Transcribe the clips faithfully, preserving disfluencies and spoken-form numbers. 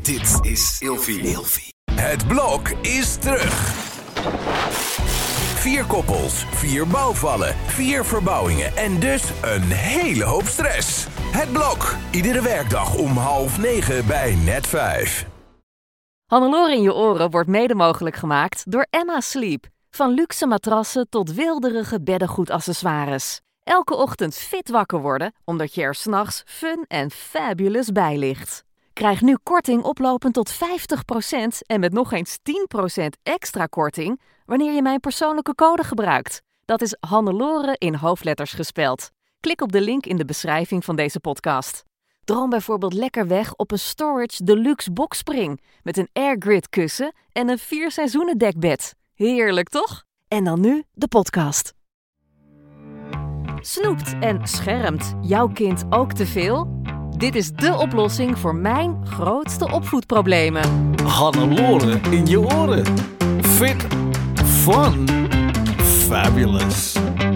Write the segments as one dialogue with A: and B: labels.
A: Dit is Ilfie. Ilfie. Het blok is terug. Vier koppels, vier bouwvallen, vier verbouwingen en dus een hele hoop stress. Het blok, iedere werkdag om half negen bij Net vijf.
B: Hannelore in je oren wordt mede mogelijk gemaakt door Emma Sleep. Van luxe matrassen tot wilderige beddengoedaccessoires. Elke ochtend fit wakker worden, omdat je er 's nachts fun en fabulous bij ligt. Krijg nu korting oplopend tot vijftig procent en met nog eens tien procent extra korting wanneer je mijn persoonlijke code gebruikt. Dat is Hannelore in hoofdletters gespeld. Klik op de link in de beschrijving van deze podcast. Droom bijvoorbeeld lekker weg op een Storage Deluxe boxspring met een airgrid kussen en een vier seizoenen dekbed. Heerlijk, toch? En dan nu de podcast. Snoept en schermt jouw kind ook te veel? Dit is dé oplossing voor mijn grootste opvoedproblemen.
C: Hannelore in je oren. Fit, fun, fabulous.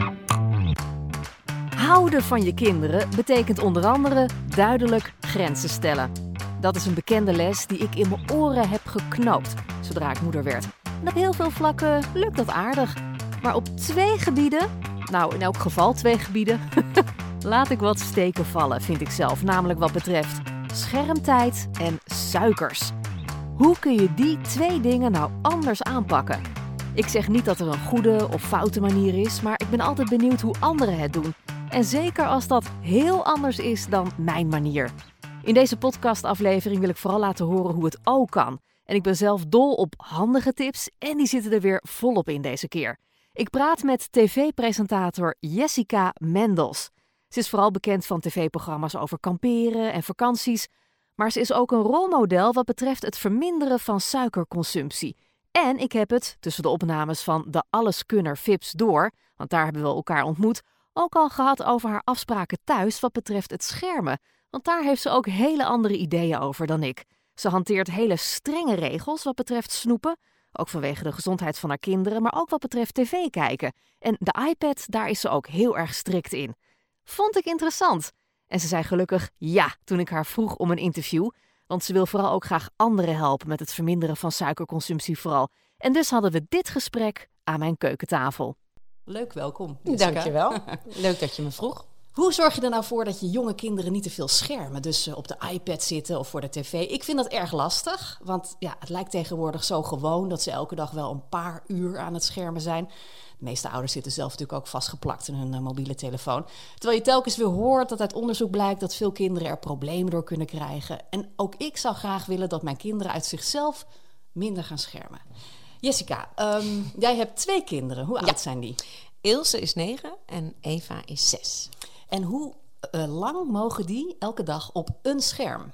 B: Houden van je kinderen betekent onder andere duidelijk grenzen stellen. Dat is een bekende les die ik in mijn oren heb geknoopt zodra ik moeder werd. En op heel veel vlakken lukt dat aardig. Maar op twee gebieden, nou in elk geval twee gebieden, laat ik wat steken vallen, vind ik zelf. Namelijk wat betreft schermtijd en suikers. Hoe kun je die twee dingen nou anders aanpakken? Ik zeg niet dat er een goede of foute manier is, maar ik ben altijd benieuwd hoe anderen het doen. En zeker als dat heel anders is dan mijn manier. In deze podcastaflevering wil ik vooral laten horen hoe het ook kan. En ik ben zelf dol op handige tips en die zitten er weer volop in deze keer. Ik praat met tv-presentator Jessica Mendels. Ze is vooral bekend van tv-programma's over kamperen en vakanties. Maar ze is ook een rolmodel wat betreft het verminderen van suikerconsumptie. En ik heb het, tussen de opnames van de Alleskunner Vips door, want daar hebben we elkaar ontmoet, ook al gehad over haar afspraken thuis wat betreft het schermen. Want daar heeft ze ook hele andere ideeën over dan ik. Ze hanteert hele strenge regels wat betreft snoepen. Ook vanwege de gezondheid van haar kinderen, maar ook wat betreft tv kijken. En de iPad, daar is ze ook heel erg strikt in. Vond ik interessant. En ze zei gelukkig ja toen ik haar vroeg om een interview. Want ze wil vooral ook graag anderen helpen met het verminderen van suikerconsumptie vooral. En dus hadden we dit gesprek aan mijn keukentafel. Leuk, welkom. Jessica.
D: Dankjewel. Leuk dat je me vroeg.
B: Hoe zorg je er nou voor dat je jonge kinderen niet te veel schermen? Dus uh, op de iPad zitten of voor de tv. Ik vind dat erg lastig. Want ja, het lijkt tegenwoordig zo gewoon dat ze elke dag wel een paar uur aan het schermen zijn. De meeste ouders zitten zelf natuurlijk ook vastgeplakt in hun uh, mobiele telefoon. Terwijl je telkens weer hoort dat uit onderzoek blijkt dat veel kinderen er problemen door kunnen krijgen. En ook ik zou graag willen dat mijn kinderen uit zichzelf minder gaan schermen. Jessica, um, jij hebt twee kinderen. Hoe oud ja. zijn die?
D: Ilse is negen en Eva is zes.
B: En hoe uh, lang mogen die elke dag op een scherm?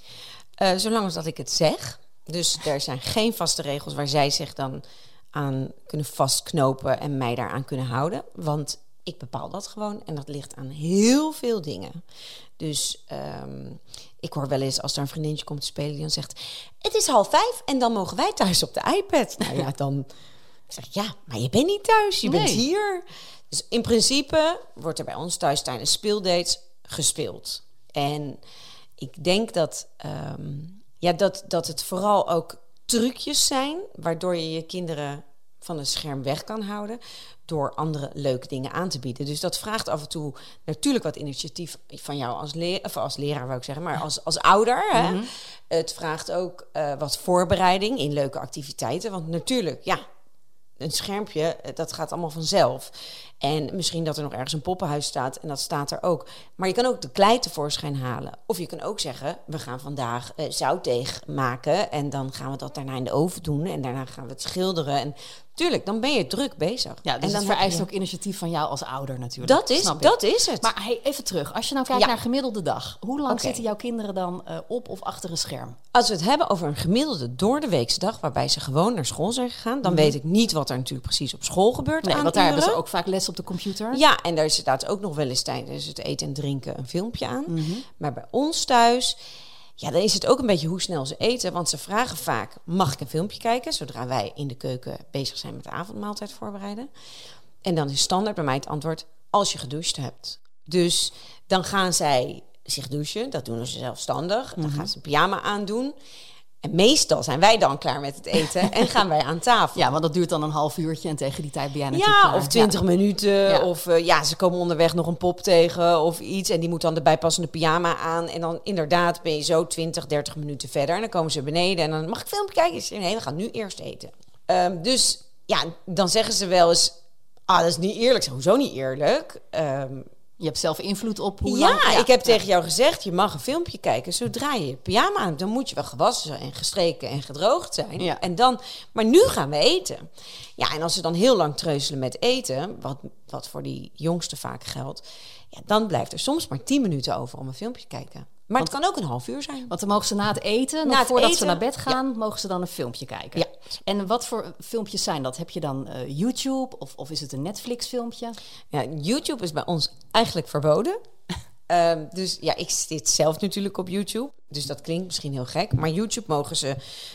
D: Uh, zolang als dat ik het zeg. Dus er zijn geen vaste regels waar zij zich dan aan kunnen vastknopen en mij daaraan kunnen houden. Want ik bepaal dat gewoon en dat ligt aan heel veel dingen. Dus um, ik hoor wel eens als er een vriendinnetje komt te spelen die dan zegt, het is half vijf en dan mogen wij thuis op de iPad. Nou ja, dan zeg ik, ja, maar je bent niet thuis, je nee. bent hier. Dus in principe wordt er bij ons thuis tijdens speeldates gespeeld. En ik denk dat, um, ja, dat, dat het vooral ook trucjes zijn, waardoor je je kinderen van een scherm weg kan houden door andere leuke dingen aan te bieden. Dus dat vraagt af en toe natuurlijk wat initiatief van jou als, le- of als leraar, wou ik zeggen, maar als, als ouder. Hè? Mm-hmm. Het vraagt ook uh, wat voorbereiding in leuke activiteiten. Want natuurlijk, ja, een schermpje, dat gaat allemaal vanzelf. En misschien dat er nog ergens een poppenhuis staat en dat staat er ook. Maar je kan ook de klei tevoorschijn halen. Of je kan ook zeggen, we gaan vandaag uh, zoutdeeg maken en dan gaan we dat daarna in de oven doen en daarna gaan we het schilderen. En tuurlijk, dan ben je druk bezig.
B: Ja, dus
D: en dan
B: het vereist
D: je...
B: ook initiatief van jou als ouder natuurlijk.
D: Dat is, dat is het.
B: Maar hey, even terug, als je nou kijkt ja. naar gemiddelde dag. Hoe lang okay. zitten jouw kinderen dan uh, op of achter een scherm?
D: Als we het hebben over een gemiddelde doordeweekse dag waarbij ze gewoon naar school zijn gegaan, dan mm. weet ik niet wat er natuurlijk precies op school gebeurt.
B: Nee,
D: aan
B: want daar
D: uren.
B: hebben ze ook vaak les op de computer.
D: Ja, en daar staat ook nog wel eens tijdens het eten en drinken een filmpje aan.
B: Mm-hmm.
D: Maar bij ons thuis, ja, dan is het ook een beetje hoe snel ze eten. Want ze vragen vaak, mag ik een filmpje kijken? Zodra wij in de keuken bezig zijn met de avondmaaltijd voorbereiden. En dan is standaard bij mij het antwoord, als je gedoucht hebt. Dus dan gaan zij zich douchen, dat doen ze zelfstandig. Dan mm-hmm. gaan ze een pyjama aandoen. En meestal zijn wij dan klaar met het eten en gaan wij aan tafel.
B: Ja, want dat duurt dan een half uurtje en tegen die tijd ben jij natuurlijk
D: Ja,
B: klaar.
D: of twintig
B: Ja.
D: minuten.
B: Ja.
D: Of uh, ja, ze komen onderweg nog een pop tegen of iets. En die moet dan de bijpassende pyjama aan. En dan inderdaad ben je zo twintig, dertig minuten verder. En dan komen ze beneden en dan mag ik een filmpje kijken. Ik zeg, nee, we gaan nu eerst eten. Um, dus ja, dan zeggen ze wel eens, ah, dat is niet eerlijk. Ik zeg, hoezo niet eerlijk? Um,
B: Je hebt zelf invloed op hoe
D: ja,
B: lang...
D: ik heb tegen jou gezegd, je mag een filmpje kijken zodra je je pyjama aan hebt. Dan moet je wel gewassen en gestreken en gedroogd zijn.
B: Ja.
D: En dan, maar nu gaan we eten. Ja, en als ze dan heel lang treuzelen met eten, wat, wat voor die jongste vaak geldt, ja, dan blijft er soms maar tien minuten over om een filmpje te kijken. Maar
B: Want,
D: het kan ook een half uur zijn.
B: Want dan mogen ze na het eten, nog
D: Na het
B: voordat
D: eten,
B: ze naar bed gaan,
D: ja.
B: mogen ze dan een filmpje kijken.
D: Ja.
B: En wat voor filmpjes zijn dat? Heb je dan uh, YouTube of, of is het een Netflix filmpje?
D: Ja, YouTube is bij ons eigenlijk verboden. um, dus ja, ik zit zelf natuurlijk op YouTube. Dus dat klinkt misschien heel gek. Maar YouTube mogen ze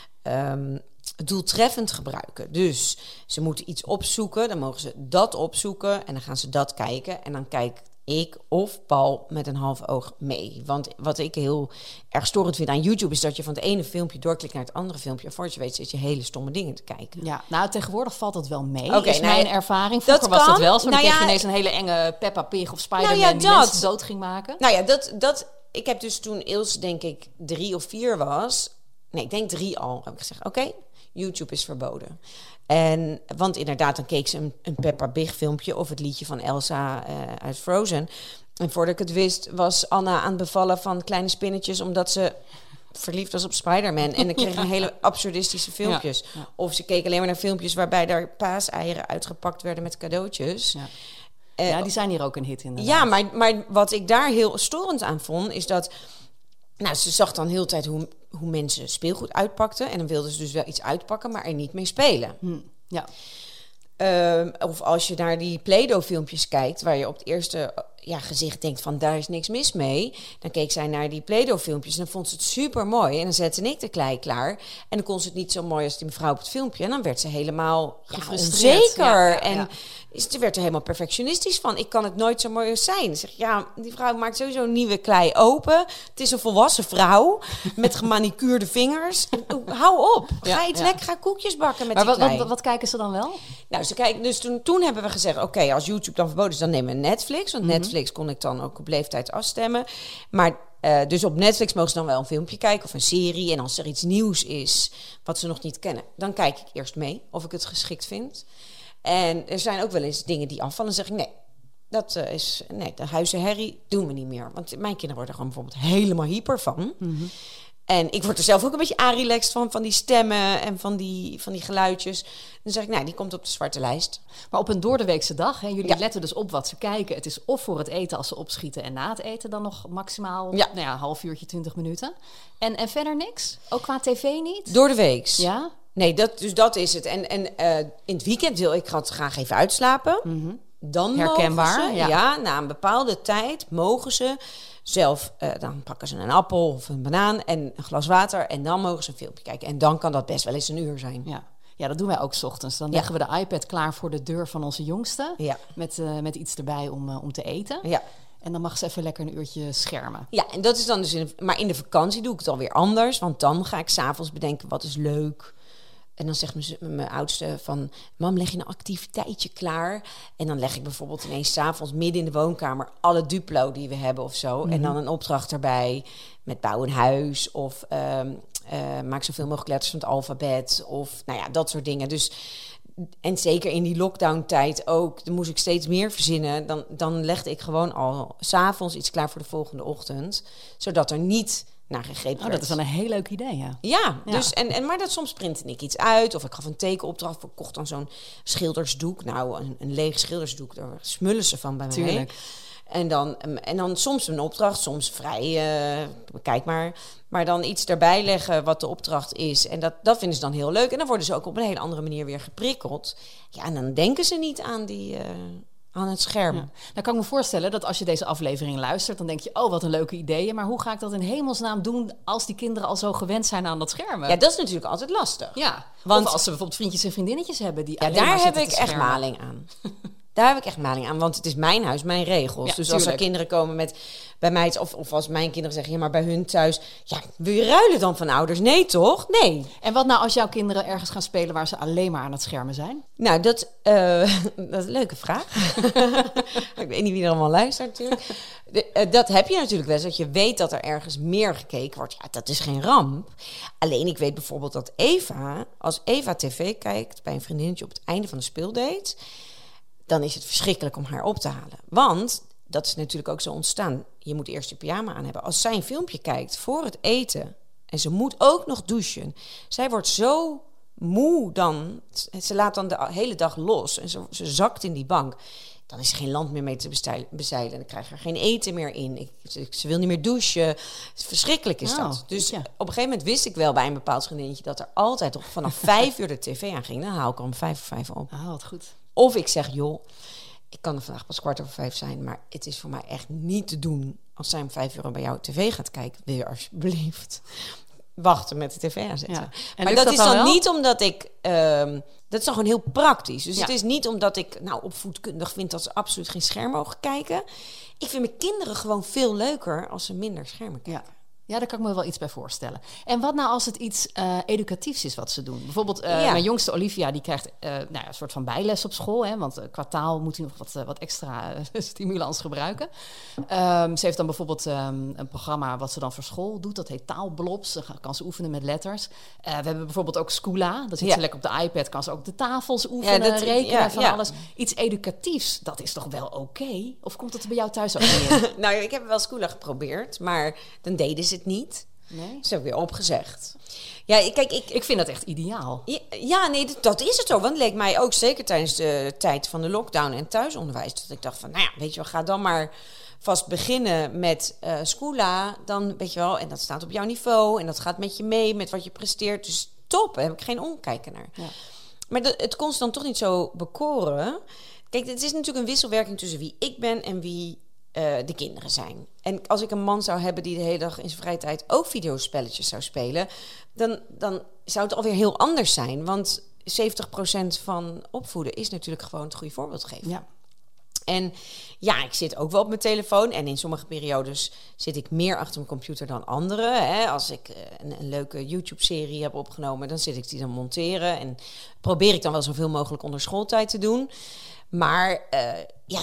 D: um, doeltreffend gebruiken. Dus ze moeten iets opzoeken. Dan mogen ze dat opzoeken. En dan gaan ze dat kijken. En dan kijk ik of Paul met een half oog mee. Want wat ik heel erg storend vind aan YouTube is dat je van het ene filmpje doorklikt naar het andere filmpje. En voordat je weet zit je hele stomme dingen te kijken.
B: Ja, nou tegenwoordig valt dat wel mee.
D: Okay,
B: is
D: nou,
B: mijn ervaring. Vroeger
D: dat
B: was dat
D: kan.
B: wel zo. Dan
D: Nou
B: kreeg je
D: ja,
B: ineens een hele enge Peppa Pig of Spider-Man
D: nou ja,
B: die
D: dat.
B: mensen dood ging maken.
D: Nou ja, dat, dat, ik heb dus toen Ilse denk ik drie of vier was. Nee, ik denk drie al. Heb ik gezegd, oké, okay, YouTube is verboden. En, want inderdaad, dan keek ze een, een Peppa Pig filmpje of het liedje van Elsa uh, uit Frozen. En voordat ik het wist, was Anna aan het bevallen van kleine spinnetjes, omdat ze verliefd was op Spider-Man. En dan kreeg ik een hele absurdistische filmpjes. Ja, ja. Of ze keek alleen maar naar filmpjes waarbij daar paaseieren uitgepakt werden met cadeautjes.
B: Ja.
D: Uh,
B: ja, die zijn hier ook een hit in.
D: Ja, maar, maar wat ik daar heel storend aan vond, is dat, nou, ze zag dan heel de tijd hoe, hoe mensen speelgoed uitpakten. En dan wilden ze dus wel iets uitpakken, maar er niet mee spelen.
B: Hm, ja.
D: Um, of als je naar die Play-Doh-filmpjes kijkt, waar je op het eerste ja, gezicht denkt van daar is niks mis mee. Dan keek zij naar die Play-Doh-filmpjes en dan vond ze het super mooi. En dan zette ik de klei klaar. En dan kon ze het niet zo mooi als die mevrouw op het filmpje. En dan werd ze helemaal ja, onzeker. Ja, ja, en ja. Ze werd er helemaal perfectionistisch van. Ik kan het nooit zo mooi als zijn. Zeg, ja, die vrouw maakt sowieso een nieuwe klei open. Het is een volwassen vrouw met gemanicuurde vingers. Hou op. Ga
B: ja,
D: iets
B: ja.
D: lekker, ga koekjes bakken met
B: maar
D: die
B: wat,
D: klei.
B: wat, wat kijken ze dan wel?
D: Nou, ze kijken, dus toen, toen hebben we gezegd, oké, okay, als YouTube dan verboden is, dan nemen we Netflix. Want
B: Mm-hmm.
D: Netflix kon ik dan ook op leeftijd afstemmen. Maar uh, dus op Netflix mogen ze dan wel een filmpje kijken of een serie. En als er iets nieuws is wat ze nog niet kennen, dan kijk ik eerst mee of ik het geschikt vind. En er zijn ook wel eens dingen die afvallen. Dan zeg ik, nee, dat uh, is, nee, de huizen herrie doen we niet meer. Want mijn kinderen worden er gewoon bijvoorbeeld helemaal hyper van.
B: Mm-hmm.
D: En ik word er zelf ook een beetje aanrelaxed van, van die stemmen en van die, van die geluidjes. Dan zeg ik, nou, die komt op de zwarte lijst.
B: Maar op een doordeweekse dag, hè, jullie
D: ja.
B: letten dus op wat ze kijken. Het is of voor het eten als ze opschieten en na het eten dan nog maximaal
D: ja.
B: Nou ja, een half uurtje, twintig minuten. En, en verder niks? Ook qua tv niet?
D: Door de weeks.
B: Ja?
D: Nee, dat, dus dat is het. En, en uh, in het weekend wil ik graag even uitslapen.
B: Mm-hmm.
D: Dan
B: herkenbaar.
D: Mogen ze, ja. ja, na een bepaalde tijd mogen ze zelf, uh, dan pakken ze een appel of een banaan en een glas water. En dan mogen ze een filmpje kijken. En dan kan dat best wel eens een uur zijn.
B: Ja. Ja, dat doen wij ook 's ochtends. Dan
D: ja.
B: leggen we de iPad klaar voor de deur van onze jongste.
D: Ja.
B: Met, uh, met iets erbij om, uh, om te eten.
D: Ja.
B: En dan mag ze even lekker een uurtje schermen.
D: Ja, en dat is dan dus in de, maar in de vakantie doe ik het alweer anders. Want dan ga ik 's avonds bedenken, wat is leuk. En dan zegt mijn, mijn oudste van, mam, leg je een activiteitje klaar? En dan leg ik bijvoorbeeld ineens 's avonds midden in de woonkamer alle Duplo die we hebben of zo. Mm-hmm. En dan een opdracht erbij met bouw een huis of um, uh, maak zoveel mogelijk letters van het alfabet. Of nou ja, dat soort dingen. Dus, en zeker in die lockdown-tijd ook, dan moest ik steeds meer verzinnen. Dan, dan legde ik gewoon al 's avonds iets klaar voor de volgende ochtend. Zodat er niet naar gegrepen
B: oh, dat is wel een heel leuk idee, ja.
D: Ja,
B: ja.
D: Dus, en, en, maar dat soms printte ik iets uit. Of ik gaf een tekenopdracht. Of ik kocht dan zo'n schildersdoek. Nou, een, een leeg schildersdoek. Daar smullen ze van bij mij.
B: Tuurlijk.
D: En dan, en dan soms een opdracht. Soms vrij, uh, kijk maar. Maar dan iets erbij leggen wat de opdracht is. En dat, dat vinden ze dan heel leuk. En dan worden ze ook op een hele andere manier weer geprikkeld. Ja, en dan denken ze niet aan die... Uh, aan het scherm.
B: Ja. Nou kan ik me voorstellen dat als je deze aflevering luistert, dan denk je, oh, wat een leuke ideeën. Maar hoe ga ik dat in hemelsnaam doen als die kinderen al zo gewend zijn aan dat schermen?
D: Ja, dat is natuurlijk altijd lastig.
B: Ja,
D: want
B: of als ze bijvoorbeeld vriendjes en vriendinnetjes hebben die
D: ja,
B: alleen
D: daar
B: maar
D: heb ik
B: te
D: echt
B: schermen.
D: maling aan. Daar heb ik echt maling aan, want het is mijn huis, mijn regels.
E: Ja,
D: dus als er
E: tuurlijk.
D: kinderen komen met bij mij, of, of als mijn kinderen zeggen, ja, maar bij hun thuis, ja, wil je ruilen dan van ouders? Nee, toch? Nee.
E: En wat nou als jouw kinderen ergens gaan spelen waar ze alleen maar aan het schermen zijn?
D: Nou, dat, uh, dat is een leuke vraag. Ik weet niet wie er allemaal luistert natuurlijk. De, uh, dat heb je natuurlijk wel eens, dat je weet dat er ergens meer gekeken wordt. Ja, dat is geen ramp. Alleen ik weet bijvoorbeeld dat Eva, als Eva tv kijkt bij een vriendinnetje op het einde van de speeldate, dan is het verschrikkelijk om haar op te halen. Want dat is natuurlijk ook zo ontstaan. Je moet eerst je pyjama aan hebben. Als zij een filmpje kijkt voor het eten en ze moet ook nog douchen. Zij wordt zo moe dan. Ze laat dan de hele dag los en ze, ze zakt in die bank. Dan is er geen land meer mee te bestijlen, bezeilen. Dan krijg je er geen eten meer in. Ik, ze, ze wil niet meer douchen. Verschrikkelijk is
E: Oh,
D: dat. Dus
E: ja.
D: op een gegeven moment wist ik wel bij een bepaald vriendinnetje dat er altijd op vanaf vijf uur de tv aanging. Dan haal ik er om vijf of vijf op.
E: Ah, wat goed.
D: Of ik zeg, joh, ik kan er vandaag pas kwart over vijf zijn, maar het is voor mij echt niet te doen als zij om vijf uur bij jou tv gaat kijken. Wil je alsjeblieft wachten met de tv aanzetten.
E: Ja. En
D: Maar
E: lukt
D: dat,
E: dat
D: is
E: dan
D: dan
E: wel?
D: niet omdat ik... Um, dat is dan gewoon heel praktisch. Dus
E: Ja.
D: het is niet omdat ik nou opvoedkundig vind dat ze absoluut geen scherm mogen kijken. Ik vind mijn kinderen gewoon veel leuker als ze minder schermen kijken.
E: Ja. Ja, daar kan ik me wel iets bij voorstellen. En wat nou als het iets uh, educatiefs is wat ze doen? Bijvoorbeeld, uh,
D: Ja.
E: mijn jongste Olivia, die krijgt uh, nou ja, een soort van bijles op school. Hè, want uh, qua taal moet hij nog wat, uh, wat extra uh, stimulans gebruiken. Um, ze heeft dan bijvoorbeeld um, een programma wat ze dan voor school doet. Dat heet Taalblobs. Dan kan ze oefenen met letters. Uh, we hebben bijvoorbeeld ook Scula. Dan zit
D: Ja.
E: ze lekker op de iPad. Kan ze ook de tafels oefenen,
D: Ja, dat-
E: rekenen,
D: ja,
E: van
D: ja.
E: alles. Iets educatiefs, dat is toch wel oké? Okay? Of komt dat er bij jou thuis ook niet in?
D: Nou, ik heb wel Scula geprobeerd, maar dan deden ze het niet.
E: Nee?
D: Ze hebben weer opgezegd. Ja, kijk, ik,
E: Ik vind dat echt ideaal.
D: Ja, ja, nee, dat, dat is het ook. Want het leek mij ook zeker tijdens de tijd van de lockdown en thuisonderwijs. Dat ik dacht van, nou ja, weet je wel, ga dan maar vast beginnen met uh, Scula. Dan, weet je wel, en dat staat op jouw niveau. En dat gaat met je mee, met wat je presteert. Dus top, daar heb ik geen omkijken naar.
E: Ja.
D: Maar dat, het kon ze dan toch niet zo bekoren. Kijk, het is natuurlijk een wisselwerking tussen wie ik ben en wie uh, de kinderen zijn. En als ik een man zou hebben die de hele dag in zijn vrije tijd ook videospelletjes zou spelen, dan, dan zou het alweer heel anders zijn. Want zeventig procent van opvoeden is natuurlijk gewoon het goede voorbeeld geven.
E: Ja.
D: En ja, ik zit ook wel op mijn telefoon. En in sommige periodes zit ik meer achter mijn computer dan anderen. Hè. Als ik uh, een, een leuke YouTube-serie heb opgenomen, dan zit ik die dan monteren. En probeer ik dan wel zoveel mogelijk onder schooltijd te doen. Maar uh, ja,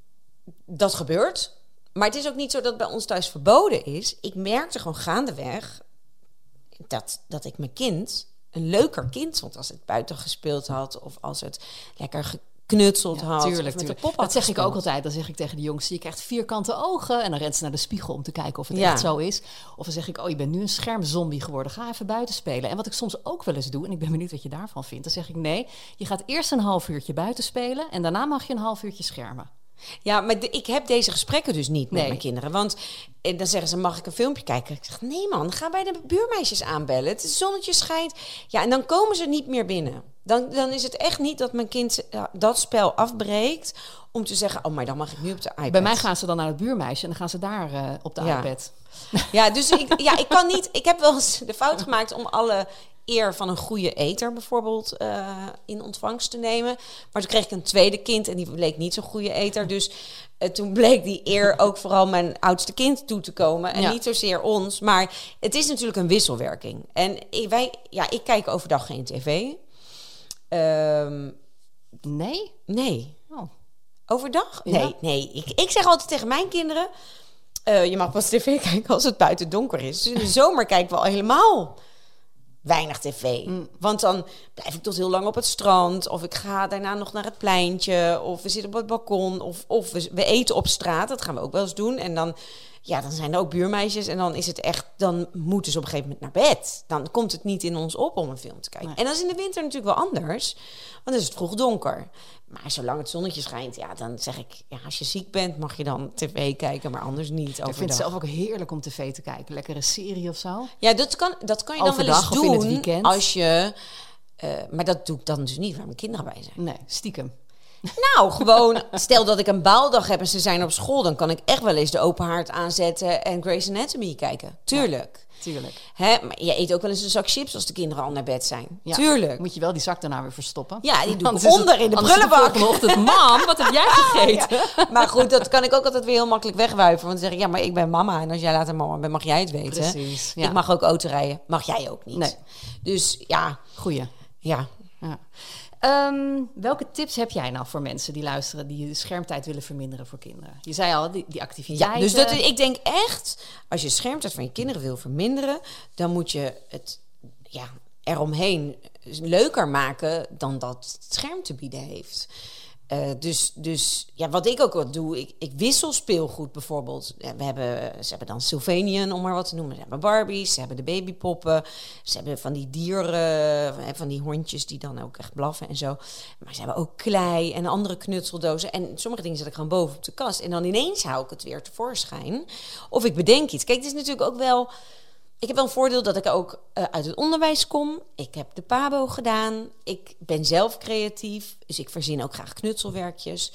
D: dat gebeurt. Maar het is ook niet zo dat bij ons thuis verboden is. Ik merkte gewoon gaandeweg dat, dat ik mijn kind een leuker kind vond als het buiten gespeeld had of als het lekker geknutseld
E: Ja,
D: had.
E: tuurlijk,
D: of met de
E: tuurlijk.
D: pop had
E: Dat zeg ik
D: gespeeld.
E: ook altijd. Dan zeg ik tegen de jongste, je krijgt vierkante ogen. En dan rent ze naar de spiegel om te kijken of het
D: Ja.
E: echt zo is. Of dan zeg ik, oh, je bent nu een schermzombie geworden. Ga even buiten spelen. En wat ik soms ook wel eens doe, en ik ben benieuwd wat je daarvan vindt. Dan zeg ik, nee, je gaat eerst een half uurtje buiten spelen en daarna mag je een half uurtje schermen.
D: Ja, maar de, ik heb deze gesprekken dus niet met
E: Nee.
D: mijn kinderen. Want eh, dan zeggen ze, mag ik een filmpje kijken? Ik zeg, nee man, ga bij de buurmeisjes aanbellen. Het zonnetje schijnt. Ja, en dan komen ze niet meer binnen. Dan, dan is het echt niet dat mijn kind uh, dat spel afbreekt om te zeggen, oh, maar dan mag ik nu op de iPad.
E: Bij mij gaan ze dan naar het buurmeisje en dan gaan ze daar uh, op de
D: Ja.
E: iPad.
D: Ja, dus ik, ja, ik kan niet. Ik heb wel eens de fout gemaakt om alle eer van een goede eter bijvoorbeeld uh, in ontvangst te nemen. Maar toen kreeg ik een tweede kind en die bleek niet zo'n goede eter. Dus uh, toen bleek die eer ook vooral mijn oudste kind toe te komen en
E: Ja.
D: niet zozeer ons. Maar het is natuurlijk een wisselwerking. En ik, wij, ja, ik kijk overdag geen tv. Um,
E: Nee?
D: nee.
E: Oh.
D: Overdag?
E: Ja.
D: Nee, nee. Ik, ik zeg altijd tegen mijn kinderen, Uh, je mag pas tv kijken als het buiten donker is. Dus in de zomer kijken we al helemaal weinig tv.
E: Mm.
D: Want dan blijf ik tot heel lang op het strand. Of ik ga daarna nog naar het pleintje. Of we zitten op het balkon. Of, of we, we eten op straat. Dat gaan we ook wel eens doen. En dan, ja, dan zijn er ook buurmeisjes. En dan is het echt, dan moeten ze op een gegeven moment naar bed. Dan komt het niet in ons op om een film te kijken.
E: Nee.
D: En dat is in de winter natuurlijk wel anders. Want dan is het vroeg donker. Maar zolang het zonnetje schijnt, ja, dan zeg ik, ja, als je ziek bent, mag je dan tv kijken, maar anders niet overdag.
E: Ik vind het zelf ook heerlijk om tv te kijken. Lekkere serie of zo.
D: Ja, dat kan, dat kan je dan wel
E: Overdag
D: eens
E: of in het
D: doen
E: weekend.
D: als je, uh, maar dat doe ik dan dus niet waar mijn kinderen bij zijn.
E: Nee, stiekem.
D: Nou, gewoon, stel dat ik een baaldag heb en ze zijn op school... dan kan ik echt wel eens de open haard aanzetten en Grey's Anatomy kijken. Tuurlijk.
E: Ja, tuurlijk.
D: Hè, maar je eet ook wel eens een zak chips als de kinderen al naar bed zijn.
E: Ja,
D: tuurlijk.
E: Moet je wel die zak daarna weer verstoppen.
D: Ja, die doe ik
E: Anders is
D: onder
E: het-
D: in de
E: anders is het
D: prullenbak.
E: volgende ochtend, mam, wat heb jij gegeten?
D: Ja. Maar goed, dat kan ik ook altijd weer heel makkelijk wegwuiven. Want dan zeg ik, ja, maar ik ben mama. En als jij later mama bent, mag jij het weten.
E: Precies, ja.
D: Ik mag ook auto rijden. Mag jij ook niet.
E: Nee.
D: Dus ja,
E: Goeie.
D: ja.
E: Ja. Ehm, welke tips heb jij nou voor mensen die luisteren... die de schermtijd willen verminderen voor kinderen? Je zei al, die, die activiteiten.
D: Ja, dus dat, ik denk echt, als je schermtijd van je kinderen wil verminderen, dan moet je het ja, eromheen leuker maken dan dat het scherm te bieden heeft. Uh, dus, dus ja, wat ik ook wat doe, ik, ik wissel speelgoed bijvoorbeeld. Ja, we hebben, ze hebben dan Sylvanian, om maar wat te noemen. Ze hebben Barbies, ze hebben de babypoppen. Ze hebben van die dieren, van die hondjes die dan ook echt blaffen en zo. Maar ze hebben ook klei en andere knutseldozen. En sommige dingen zet ik gewoon boven op de kast. En dan ineens hou ik het weer tevoorschijn. Of ik bedenk iets. Kijk, het is natuurlijk ook wel... Ik heb wel een voordeel dat ik ook uh, uit het onderwijs kom. Ik heb de pabo gedaan. Ik ben zelf creatief. Dus ik verzin ook graag knutselwerkjes.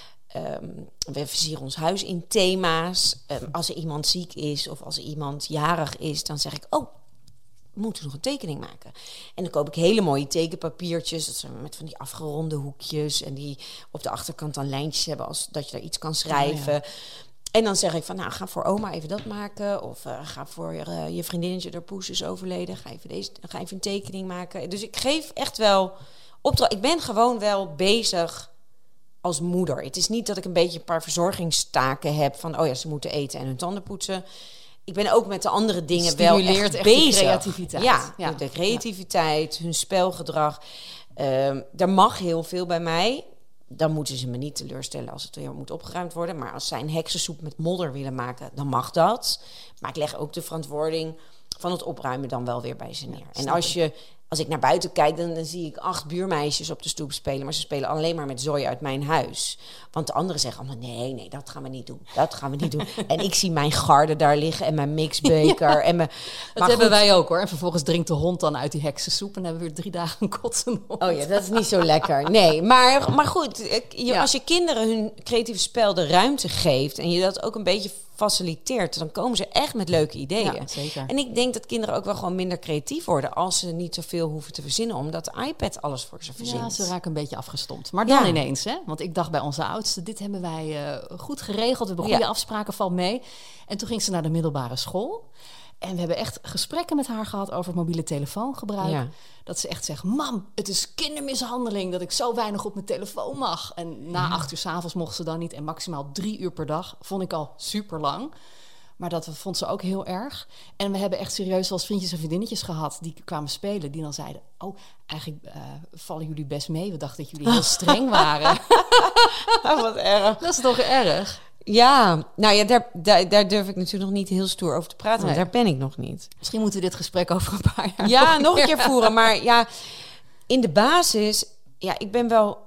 D: Um, we versieren ons huis in thema's. Um, als er iemand ziek is of als er iemand jarig is... dan zeg ik, oh, we moeten nog een tekening maken. En dan koop ik hele mooie tekenpapiertjes. Dat zijn met van die afgeronde hoekjes. En die op de achterkant dan lijntjes hebben... als dat je daar iets kan schrijven... Oh, ja. En dan zeg ik van, nou, ga voor oma even dat maken. Of uh, ga voor uh, je vriendinnetje, haar poes is overleden. Ga even, deze, ga even een tekening maken. Dus ik geef echt wel opdracht. Ik ben gewoon wel bezig als moeder. Het is niet dat ik een beetje een paar verzorgingstaken heb. Van, oh ja, ze moeten eten en hun tanden poetsen. Ik ben ook met de andere dingen wel echt, echt bezig.
E: Creativiteit.
D: Ja,
E: ja,
D: de creativiteit, ja. Hun spelgedrag. Uh, er mag heel veel bij mij... Dan moeten ze me niet teleurstellen als het weer moet opgeruimd worden. Maar als zij een heksensoep met modder willen maken, dan mag dat. Maar ik leg ook de verantwoording van het opruimen dan wel weer bij ze neer. Ja, en als, je, als ik naar buiten kijk, dan, dan zie ik acht buurmeisjes op de stoep spelen. Maar ze spelen alleen maar met zooi uit mijn huis. Want de anderen zeggen allemaal, nee, nee, dat gaan we niet doen. Dat gaan we niet doen. En ik zie mijn garde daar liggen en mijn mixbeker. Ja, en mijn,
E: dat hebben goed, wij ook hoor. En vervolgens drinkt de hond dan uit die heksensoep. En dan hebben we weer drie dagen een kotsende hond.
D: Oh ja, dat is niet zo lekker. Nee, maar, maar goed. Je, ja. Als je kinderen hun creatieve spel de ruimte geeft... en je dat ook een beetje faciliteert... dan komen ze echt met leuke ideeën.
E: Ja, zeker.
D: En ik denk dat kinderen ook wel gewoon minder creatief worden... als ze niet zoveel hoeven te verzinnen... omdat de iPad alles voor ze verzint.
E: Ja, ze raken een beetje afgestompt. Maar dan
D: ja.
E: ineens, hè? Want ik dacht bij onze oudste... dit hebben wij uh, goed geregeld. We hebben goede ja. afspraken, valt mee. En toen ging ze naar de middelbare school... En we hebben echt gesprekken met haar gehad over mobiele telefoongebruik. Ja. Dat ze echt zegt, mam, het is kindermishandeling... dat ik zo weinig op mijn telefoon mag. En na ja. acht uur 's avonds mocht ze dan niet... en maximaal drie uur per dag. Vond ik al super lang. Maar dat vond ze ook heel erg. En we hebben echt serieus wel eens vriendjes en vriendinnetjes gehad... die kwamen spelen, die dan zeiden... oh, eigenlijk uh, vallen jullie best mee. We dachten dat jullie heel streng waren.
D: Oh, wat erg.
E: Dat is toch erg?
D: Ja, nou ja, daar, daar, daar durf ik natuurlijk nog niet heel stoer over te praten. Nee. Want daar ben ik nog niet.
E: Misschien moeten we dit gesprek over een paar jaar...
D: Ja, nog, nog een keer voeren. Maar ja, in de basis... Ja, ik ben wel...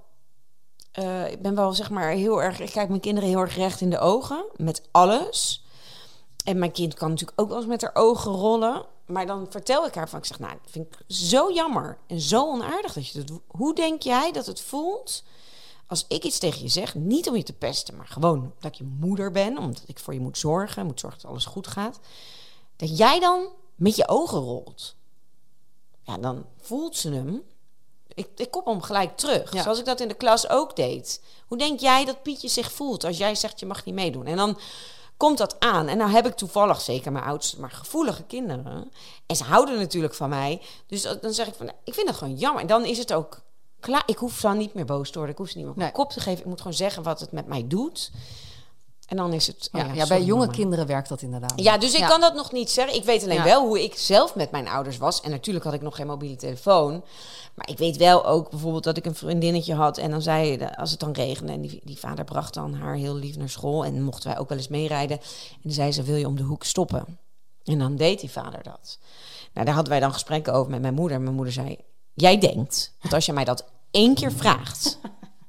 D: Uh, ik ben wel, zeg maar, heel erg... Ik kijk mijn kinderen heel erg recht in de ogen. Met alles. En mijn kind kan natuurlijk ook wel eens met haar ogen rollen. Maar dan vertel ik haar van... Ik zeg, nou, dat vind ik zo jammer. En zo onaardig dat je dat doet. Hoe denk jij dat het voelt... Als ik iets tegen je zeg, niet om je te pesten... maar gewoon dat ik je moeder ben... omdat ik voor je moet zorgen... moet zorgen dat alles goed gaat... dat jij dan met je ogen rolt. Ja, dan voelt ze hem. Ik, ik kop hem gelijk terug. Ja. Zoals ik dat in de klas ook deed. Hoe denk jij dat Pietje zich voelt... als jij zegt, je mag niet meedoen? En dan komt dat aan. En nou heb ik toevallig, zeker mijn oudste... maar gevoelige kinderen. En ze houden natuurlijk van mij. Dus dan zeg ik van, ik vind dat gewoon jammer. En dan is het ook... Klaar, ik hoef dan niet meer boos te worden. Ik hoef ze niet meer op mijn nee. kop te geven. Ik moet gewoon zeggen wat het met mij doet. En dan is het...
E: Oh ja, ja, ja, bij jonge mama. kinderen werkt dat inderdaad.
D: Ja, dus ik ja. kan dat nog niet zeggen. Ik weet alleen ja. wel hoe ik zelf met mijn ouders was. En natuurlijk had ik nog geen mobiele telefoon. Maar ik weet wel ook bijvoorbeeld dat ik een vriendinnetje had. En dan zei je, als het dan regende... en die, die vader bracht dan haar heel lief naar school. En mochten wij ook wel eens meerijden. En dan zei ze, wil je om de hoek stoppen? En dan deed die vader dat. Nou, daar hadden wij dan gesprekken over met mijn moeder. Mijn moeder zei... Jij denkt dat als je mij dat één keer vraagt...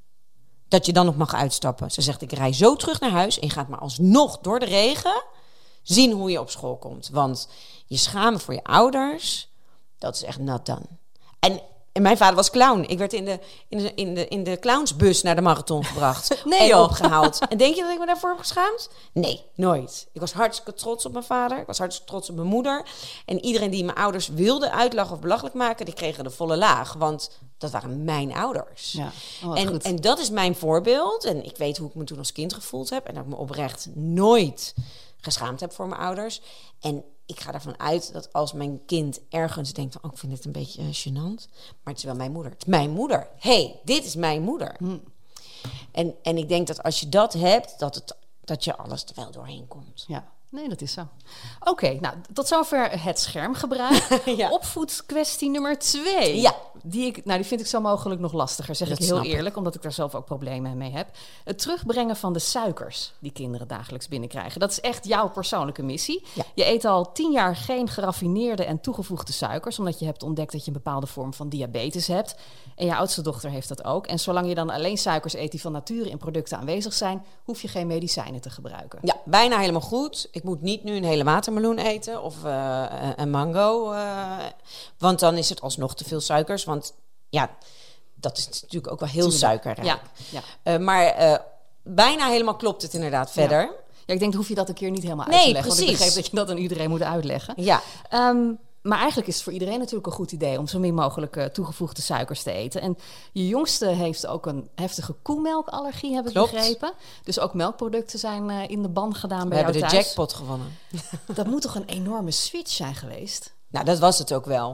D: dat je dan nog mag uitstappen. Ze zegt, ik rij zo terug naar huis... en je gaat maar alsnog door de regen... zien hoe je op school komt. Want je schamen voor je ouders... dat is echt not done. En En mijn vader was clown. Ik werd in de, in de, in de, in de clownsbus naar de marathon gebracht.
E: Nee,
D: en
E: joh.
D: opgehaald. En denk je dat ik me daarvoor heb geschaamd? Nee, nooit. Ik was hartstikke trots op mijn vader. Ik was hartstikke trots op mijn moeder. En iedereen die mijn ouders wilde uitlachen of belachelijk maken, die kregen de volle laag. Want dat waren mijn ouders.
E: Ja. Oh, wat
D: en,
E: goed.
D: en dat is mijn voorbeeld. En ik weet hoe ik me toen als kind gevoeld heb. En dat ik me oprecht nooit geschaamd heb voor mijn ouders. En ik ga ervan uit dat als mijn kind ergens denkt van, oh, ik vind dit een beetje uh, gênant, maar het is wel mijn moeder. Het is mijn moeder. hey, dit is mijn moeder. Hm. En, en ik denk dat als je dat hebt, dat, het, dat je alles er wel doorheen komt.
E: Ja. Nee, dat is zo. Oké, okay, nou, tot zover het schermgebruik. ja. Opvoedkwestie nummer twee.
D: Ja.
E: Die, ik, nou, die vind ik zo mogelijk nog lastiger, zeg
D: dat
E: ik heel
D: ik.
E: eerlijk. Omdat ik daar zelf ook problemen mee heb. Het terugbrengen van de suikers die kinderen dagelijks binnenkrijgen. Dat is echt jouw persoonlijke missie.
D: Ja.
E: Je eet al tien jaar geen geraffineerde en toegevoegde suikers. Omdat je hebt ontdekt dat je een bepaalde vorm van diabetes hebt. En je oudste dochter heeft dat ook. En zolang je dan alleen suikers eet die van nature in producten aanwezig zijn, hoef je geen medicijnen te gebruiken.
D: Ja, bijna helemaal goed. Ik moet niet nu een hele watermeloen eten of uh, een mango. Uh, want dan is het alsnog te veel suikers. Want ja, dat is natuurlijk ook wel heel suikerrijk.
E: Ja, ja.
D: Uh, maar uh, bijna helemaal klopt het inderdaad verder.
E: Ja. Ja, ik denk, hoef je dat een keer niet helemaal uit
D: nee,
E: te leggen.
D: Precies.
E: Want ik begreep dat je dat aan iedereen moet uitleggen.
D: Ja.
E: Um, maar eigenlijk is het voor iedereen natuurlijk een goed idee om zo min mogelijk uh, toegevoegde suikers te eten. En je jongste heeft ook een heftige koemelkallergie, heb ik
D: Klopt.
E: begrepen. Dus ook melkproducten zijn uh, in de ban gedaan
D: We
E: bij jou
D: hebben
E: thuis.
D: de jackpot gewonnen.
E: Dat moet toch een enorme switch zijn geweest?
D: Nou, dat was het ook wel.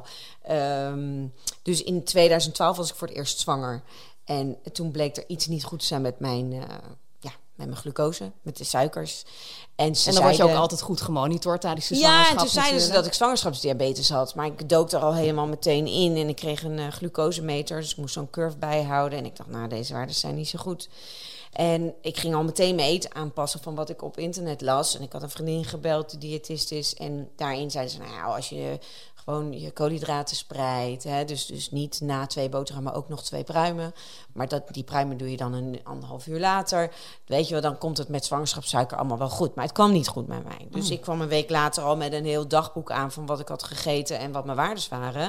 D: Um, dus in tweeduizend twaalf was ik voor het eerst zwanger. En toen bleek er iets niet goed te zijn met mijn, uh, ja, met mijn glucose, met de suikers. En, ze
E: en dan
D: zeiden,
E: word je ook altijd goed gemonitord tijdens de
D: ja,
E: zwangerschap.
D: en toen zeiden ze
E: natuurlijk.
D: dat ik zwangerschapsdiabetes had. Maar ik dook er al helemaal meteen in. En ik kreeg een uh, glucosemeter. Dus ik moest zo'n curve bijhouden. En ik dacht, nou, deze waarden zijn niet zo goed. En ik ging al meteen mijn eten aanpassen van wat ik op internet las. En ik had een vriendin gebeld, die diëtist is. En daarin zeiden ze, nou, als je gewoon je koolhydraten spreidt. Hè, dus, dus niet na twee boterhammen ook nog twee pruimen. Maar dat, die pruimen doe je dan een anderhalf uur later. Weet je wel, dan komt het met zwangerschapssuiker allemaal wel goed. Maar het kwam niet goed met mij. Dus mm. ik kwam een week later al met een heel dagboek aan van wat ik had gegeten en wat mijn waardes waren.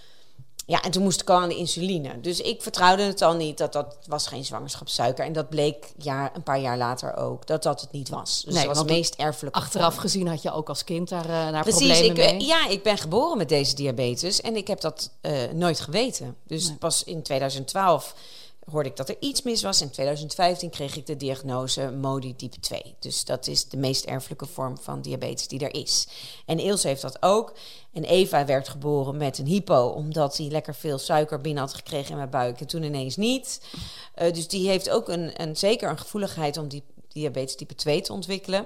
D: Ja, en toen moest ik al aan de insuline. Dus ik vertrouwde het al niet, dat dat was geen zwangerschapssuiker. En dat bleek jaar, een paar jaar later ook, dat dat het niet was. Dus
E: nee,
D: dat was het meest erfelijke
E: achteraf
D: vorm.
E: gezien had je ook als kind daar, uh, daar
D: Precies,
E: problemen
D: ik,
E: mee.
D: Ja, ik ben geboren met deze diabetes en ik heb dat uh, nooit geweten. Dus
E: nee.
D: pas in tweeduizend twaalf hoorde ik dat er iets mis was. In tweeduizend vijftien kreeg ik de diagnose MODY type twee. Dus dat is de meest erfelijke vorm van diabetes die er is. En Ilse heeft dat ook. En Eva werd geboren met een hypo, omdat hij lekker veel suiker binnen had gekregen in mijn buik. En toen ineens niet. Uh, dus die heeft ook een, een, zeker een gevoeligheid om die diabetes type twee te ontwikkelen.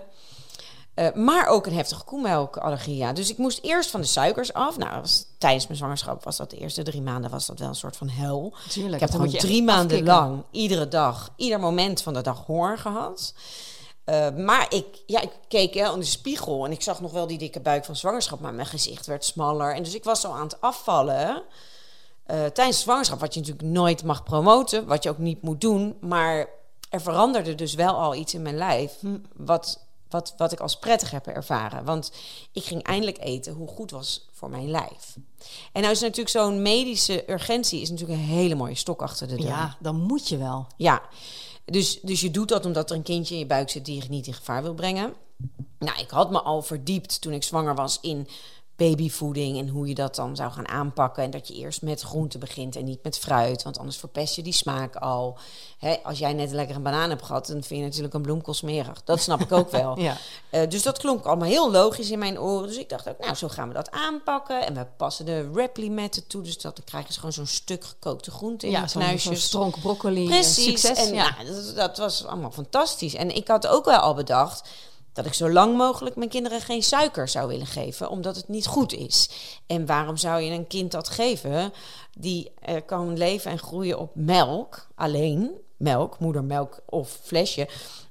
D: Uh, maar ook een heftige koemelkallergie. Ja. Dus ik moest eerst van de suikers af. Nou, was, tijdens mijn zwangerschap was dat de eerste drie maanden was dat wel een soort van hel.
E: Tuurlijk,
D: ik heb gewoon drie maanden afkicken. lang, iedere dag, ieder moment van de dag honger gehad. Uh, maar ik, ja, ik keek hè, in de spiegel en ik zag nog wel die dikke buik van zwangerschap, maar mijn gezicht werd smaller. En dus ik was al aan het afvallen. Uh, tijdens de zwangerschap, wat je natuurlijk nooit mag promoten, wat je ook niet moet doen. Maar er veranderde dus wel al iets in mijn lijf, hm. wat... Wat, wat ik als prettig heb ervaren. Want ik ging eindelijk eten hoe goed was voor mijn lijf. En nou is natuurlijk zo'n medische urgentie is natuurlijk een hele mooie stok achter de deur.
E: Ja, dan moet je wel.
D: Ja, dus, dus je doet dat omdat er een kindje in je buik zit die je niet in gevaar wil brengen. Nou, ik had me al verdiept toen ik zwanger was in babyvoeding en hoe je dat dan zou gaan aanpakken. En dat je eerst met groente begint en niet met fruit, want anders verpest je die smaak al. Hè, als jij net lekker een banaan hebt gehad, dan vind je natuurlijk een bloemkool smerig. Dat snap ik ook wel.
E: Ja.
D: Uh, dus dat klonk allemaal heel logisch in mijn oren. Dus ik dacht ook, nou, zo gaan we dat aanpakken. En we passen de Repli-metten toe. Dus dat, dan krijgen ze gewoon zo'n stuk gekookte groente in
E: ja,
D: de
E: zo'n,
D: knuisjes.
E: zo'n stronk broccoli.
D: Precies.
E: Succes.
D: En
E: ja.
D: nou, dat, dat was allemaal fantastisch. En ik had ook wel al bedacht dat ik zo lang mogelijk mijn kinderen geen suiker zou willen geven, omdat het niet goed is. En waarom zou je een kind dat geven die uh, kan leven en groeien op melk, alleen melk, moedermelk of flesje.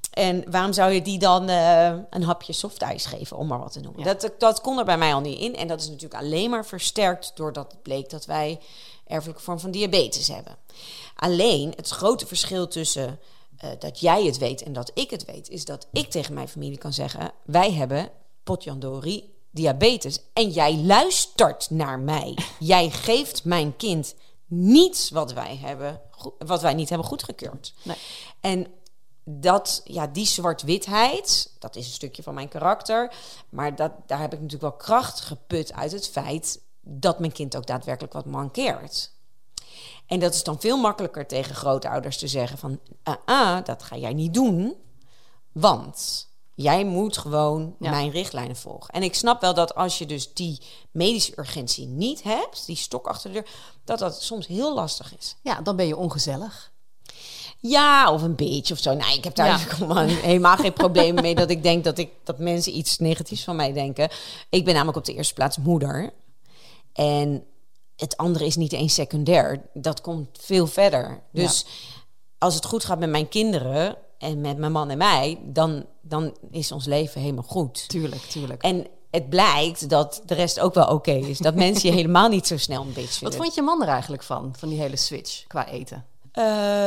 D: En waarom zou je die dan uh, een hapje softijs geven, om maar wat te noemen? Ja. Dat, dat kon er bij mij al niet in. En dat is natuurlijk alleen maar versterkt doordat het bleek dat wij erfelijke vorm van diabetes hebben. Alleen het grote verschil tussen Uh, dat jij het weet en dat ik het weet, is dat ik tegen mijn familie kan zeggen, wij hebben potjandori diabetes en jij luistert naar mij. Jij geeft mijn kind niets wat wij hebben, go- wat wij niet hebben goedgekeurd.
E: Nee.
D: En dat, ja, die zwart-witheid, dat is een stukje van mijn karakter. Maar dat, daar heb ik natuurlijk wel kracht geput uit het feit dat mijn kind ook daadwerkelijk wat mankeert. En dat is dan veel makkelijker tegen grootouders te zeggen van, ah, ah dat ga jij niet doen, want jij moet gewoon
E: Ja.
D: mijn richtlijnen volgen. En ik snap wel dat als je dus die medische urgentie niet hebt, die stok achter de deur, dat dat soms heel lastig is.
E: Ja, dan ben je ongezellig.
D: Ja, of een beetje of zo. Nou, ik heb daar
E: Ja.
D: eigenlijk helemaal, helemaal geen probleem mee dat ik denk dat, ik, dat mensen iets negatiefs van mij denken. Ik ben namelijk op de eerste plaats moeder. En het andere is niet eens secundair. Dat komt veel verder. Dus als het goed gaat met mijn kinderen en met mijn man en mij, dan, dan is ons leven helemaal goed.
E: Tuurlijk, tuurlijk.
D: En het blijkt dat de rest ook wel oké is. Dat mensen je helemaal niet zo snel een bitch vinden.
E: Wat vond je man er eigenlijk van, van die hele switch qua eten?
D: Uh,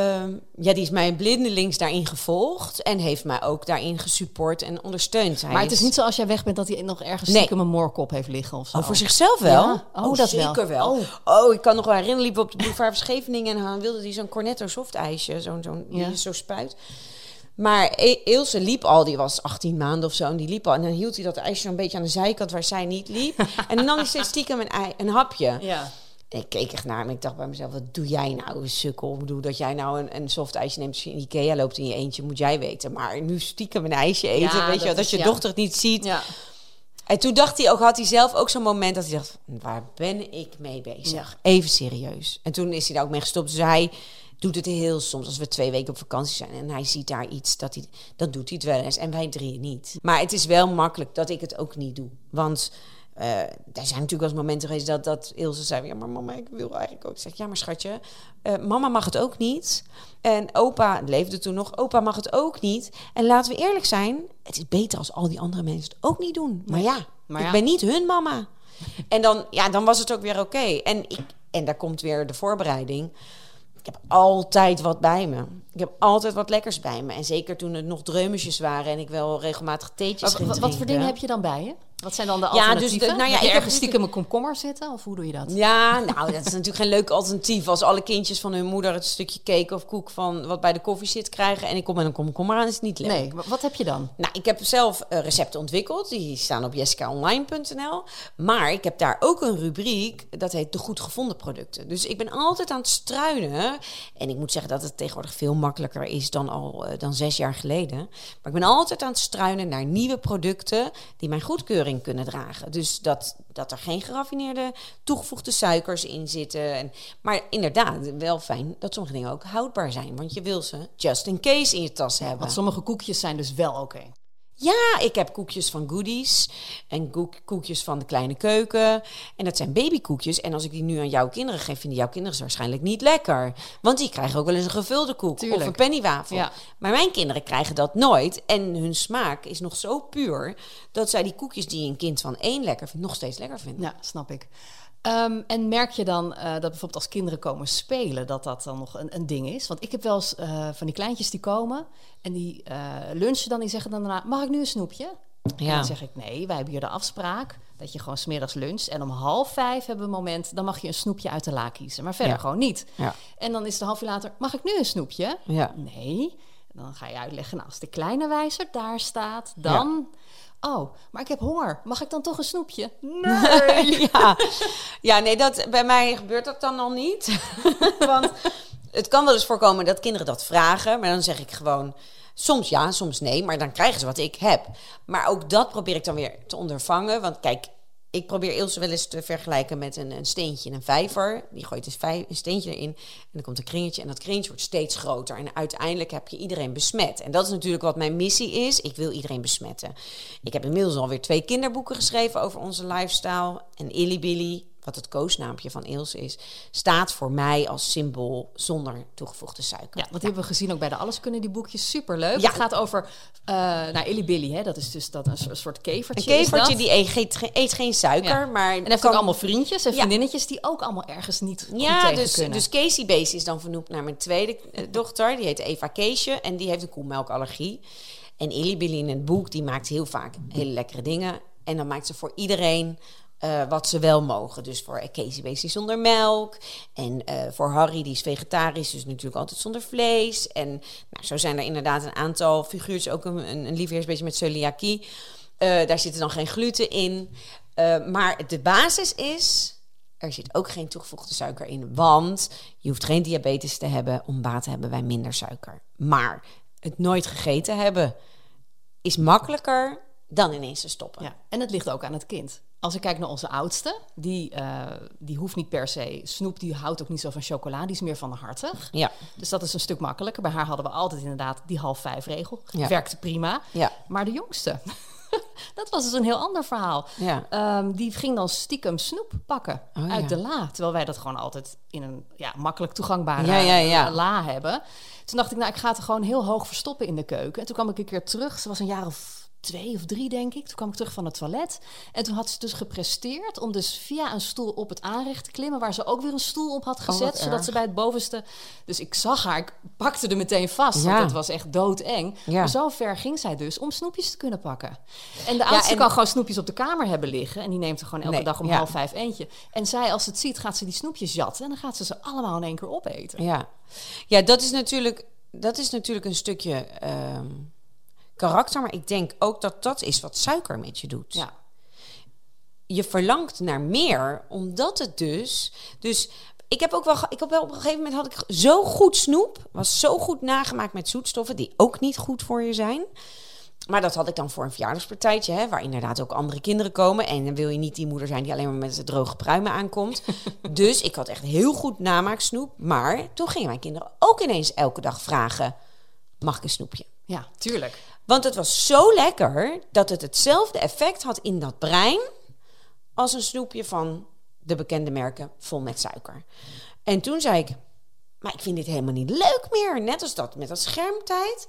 D: ja, die is mij blindelings daarin gevolgd en heeft mij ook daarin gesupport en ondersteund. Hij
E: Maar het is niet zo als jij weg bent dat hij nog ergens
D: Nee.
E: stiekem een moorkop heeft liggen of zo.
D: Oh, voor zichzelf wel?
E: Ja? Oh, dat wel.
D: zeker wel. Oh. ik kan nog wel herinneren, liepen we op de boulevard van Scheveningen en dan wilde hij zo'n Cornetto soft ijsje, zo'n zo'n
E: Ja.
D: die zo spuit. Maar E- Ilse liep al, die was achttien maanden of zo, en die liep al. En dan hield hij dat ijsje een beetje aan de zijkant waar zij niet liep. En dan nam hij steeds stiekem een, ei, een hapje.
E: Ja.
D: En ik keek echt naar hem en ik dacht bij mezelf, wat doe jij nou, sukkel? Ik bedoel, dat jij nou een, een soft ijsje neemt als je in Ikea loopt in je eentje, moet jij weten. Maar nu stiekem een ijsje eten,
E: Ja,
D: weet je
E: dat
D: wel, dat
E: is-
D: je
E: ja.
D: dochter het niet ziet.
E: Ja.
D: En toen dacht hij ook, had hij zelf ook zo'n moment dat hij dacht, waar ben ik mee bezig?
E: Ja.
D: Even serieus. En toen is hij daar ook mee gestopt. Dus hij doet het heel soms, als we twee weken op vakantie zijn en hij ziet daar iets, dat hij, dan doet hij het wel eens. En wij drieën niet. Maar het is wel makkelijk dat ik het ook niet doe. Want uh, er zijn natuurlijk wel eens momenten geweest dat, dat Ilse zei, ja, maar mama, ik wil eigenlijk ook. Ik zeg, ja, maar schatje, uh, mama mag het ook niet. En opa leefde toen nog, opa mag het ook niet. En laten we eerlijk zijn, het is beter als al die andere mensen het ook niet doen. Maar ja,
E: Maar
D: ik
E: ja.
D: ben niet hun mama. En dan, ja, dan was het ook weer oké. En, ik, en daar komt weer de voorbereiding. Ik heb altijd wat bij me. Ik heb altijd wat lekkers bij me. En zeker toen het nog dreumesjes waren en ik wel regelmatig theetjes
E: Wat,
D: ging
E: wat, wat voor
D: drinken.
E: dingen heb je dan bij je? Wat zijn dan de
D: Ja, dus
E: alternatieven?
D: de- nou ja,
E: heb je
D: ik heb
E: ergens stiekem een komkommer zitten? Of hoe doe je dat?
D: Ja, nou, dat is natuurlijk geen leuk alternatief. Als alle kindjes van hun moeder het stukje cake of koek van wat bij de koffie zit krijgen en ik kom met een komkommer aan, is het niet leuk.
E: Nee, maar wat heb je dan?
D: Nou, ik heb zelf uh, recepten ontwikkeld. Die staan op jessica online punt n l. Maar ik heb daar ook een rubriek, dat heet de goed gevonden producten. Dus ik ben altijd aan het struinen. En ik moet zeggen dat het tegenwoordig veel makkelijker is dan al uh, dan zes jaar geleden. Maar ik ben altijd aan het struinen naar nieuwe producten die mijn goedkeuring kunnen dragen. Dus dat, dat er geen geraffineerde toegevoegde suikers in zitten. En, maar inderdaad, wel fijn dat sommige dingen ook houdbaar zijn. Want je wil ze just in case in je tas hebben.
E: Want sommige koekjes zijn dus wel oké.
D: Ja, ik heb koekjes van Goodies en koek- koekjes van de kleine keuken. En dat zijn babykoekjes. En als ik die nu aan jouw kinderen geef, vinden jouw kinderen ze waarschijnlijk niet lekker. Want die krijgen ook wel eens een gevulde koek
E: Tuurlijk.
D: of een pennywafel.
E: Ja.
D: Maar mijn kinderen krijgen dat nooit. En hun smaak is nog zo puur dat zij die koekjes die een kind van één lekker vindt, nog steeds lekker vinden.
E: Ja, snap ik. Um, en merk je dan uh, dat bijvoorbeeld als kinderen komen spelen, dat dat dan nog een, een ding is? Want ik heb wel eens uh, van die kleintjes die komen en die uh, lunchen dan, die zeggen dan daarna, mag ik nu een snoepje? Ja. En dan zeg ik, nee, wij hebben hier de afspraak dat je gewoon 's middags luncht. En om half vijf hebben we een moment, dan mag je een snoepje uit de la kiezen. Maar verder
D: Ja.
E: gewoon niet.
D: Ja.
E: En dan is het een half uur later, mag ik nu een snoepje?
D: Ja.
E: Nee. En dan ga je uitleggen, nou, als de kleine wijzer daar staat, dan... Ja. Oh, maar ik heb honger. Mag ik dan toch een snoepje? Nee.
D: ja. ja, nee, dat, bij mij gebeurt dat dan al niet. Want het kan wel eens voorkomen dat kinderen dat vragen. Maar dan zeg ik gewoon, soms ja, soms nee. Maar dan krijgen ze wat ik heb. Maar ook dat probeer ik dan weer te ondervangen. Want kijk, ik probeer Ilse wel eens te vergelijken met een, een steentje in een vijver. Die gooit dus vijf, een steentje erin en dan komt een kringetje. En dat kringetje wordt steeds groter. En uiteindelijk heb je iedereen besmet. En dat is natuurlijk wat mijn missie is. Ik wil iedereen besmetten. Ik heb inmiddels alweer twee kinderboeken geschreven over onze lifestyle. En Illy-Billy, wat het koosnaampje van Ilse is, staat voor mij als symbool zonder toegevoegde suiker.
E: Ja, dat hebben we gezien ook bij de Alles Kunnen, die boekjes. Superleuk.
D: Ja.
E: Het gaat over, uh, nou, Illy-Billy, hè, dat is dus dat een, een soort kevertje.
D: Een kevertje
E: is
D: die eet, eet, eet geen suiker,
E: Ja.
D: maar...
E: En heeft
D: kan...
E: ook allemaal vriendjes en
D: Ja.
E: vriendinnetjes die ook allemaal ergens niet goed
D: Ja,
E: tegen
D: dus,
E: kunnen.
D: dus Casey Bees is dan vernoemd naar mijn tweede uh, dochter. Die heet Eva Keesje en die heeft een koemelkallergie. En Illy-Billy in het boek, die maakt heel vaak hele lekkere dingen. En dan maakt ze voor iedereen Uh, wat ze wel mogen. Dus voor Casey Beestie zonder melk. En uh, voor Harry, die is vegetarisch, dus natuurlijk altijd zonder vlees. En nou, zo zijn er inderdaad een aantal figuurtjes. Ook een, een, een liefheersbeestje met celiakie. Uh, daar zit dan geen gluten in. Uh, maar de basis is... er zit ook geen toegevoegde suiker in. Want je hoeft geen diabetes te hebben om baat te hebben bij minder suiker. Maar het nooit gegeten hebben is makkelijker dan ineens te stoppen.
E: Ja, en het ligt ook aan het kind. Als ik kijk naar onze oudste, die, uh, die hoeft niet per se snoep, die houdt ook niet zo van chocola, die is meer van de hartig.
D: Ja.
E: Dus dat is een stuk makkelijker. Bij haar hadden we altijd inderdaad die half vijf regel.
D: Ja.
E: Werkte prima.
D: Ja.
E: Maar de jongste, dat was dus een heel ander verhaal.
D: Ja.
E: Um, die ging dan stiekem snoep pakken
D: oh,
E: uit
D: ja.
E: de la. Terwijl wij dat gewoon altijd in een ja, makkelijk toegangbare
D: ja, ja, ja.
E: la hebben. Toen dacht ik, nou, ik ga het er gewoon heel hoog verstoppen in de keuken. En toen kwam ik een keer terug. Ze was een jaar of twee of drie, denk ik. Toen kwam ik terug van het toilet. En toen had ze dus gepresteerd om dus via een stoel op het aanrecht te klimmen, waar ze ook weer een stoel op had gezet,
D: oh,
E: zodat
D: erg.
E: ze bij het bovenste... Dus ik zag haar, ik pakte er meteen vast,
D: Ja.
E: want het was echt doodeng.
D: Ja.
E: Maar zo ver ging zij dus om snoepjes te kunnen pakken. En de oudste
D: en-
E: kan gewoon snoepjes op de kamer hebben liggen. En die neemt er gewoon elke
D: Nee,
E: dag om
D: ja.
E: half vijf eentje. En zij, als ze het ziet, gaat ze die snoepjes jatten. En dan gaat ze ze allemaal in één keer opeten.
D: Ja, ja dat, is natuurlijk, dat is natuurlijk een stukje ehm, karakter. Maar ik denk ook dat dat is wat suiker met je doet.
E: Ja.
D: Je verlangt naar meer, omdat het dus... Dus ik heb ook wel... ge- Ik heb wel op een gegeven moment had ik zo goed snoep. Was zo goed nagemaakt met zoetstoffen, die ook niet goed voor je zijn. Maar dat had ik dan voor een verjaardagspartijtje, hè, waar inderdaad ook andere kinderen komen. En dan wil je niet die moeder zijn die alleen maar met de droge pruimen aankomt. Dus ik had echt heel goed namaaksnoep. Maar toen gingen mijn kinderen ook ineens elke dag vragen: mag ik een snoepje?
E: Ja, tuurlijk.
D: Want het was zo lekker dat het hetzelfde effect had in dat brein als een snoepje van de bekende merken vol met suiker. En toen zei ik, maar ik vind dit helemaal niet leuk meer. Net als dat met dat schermtijd.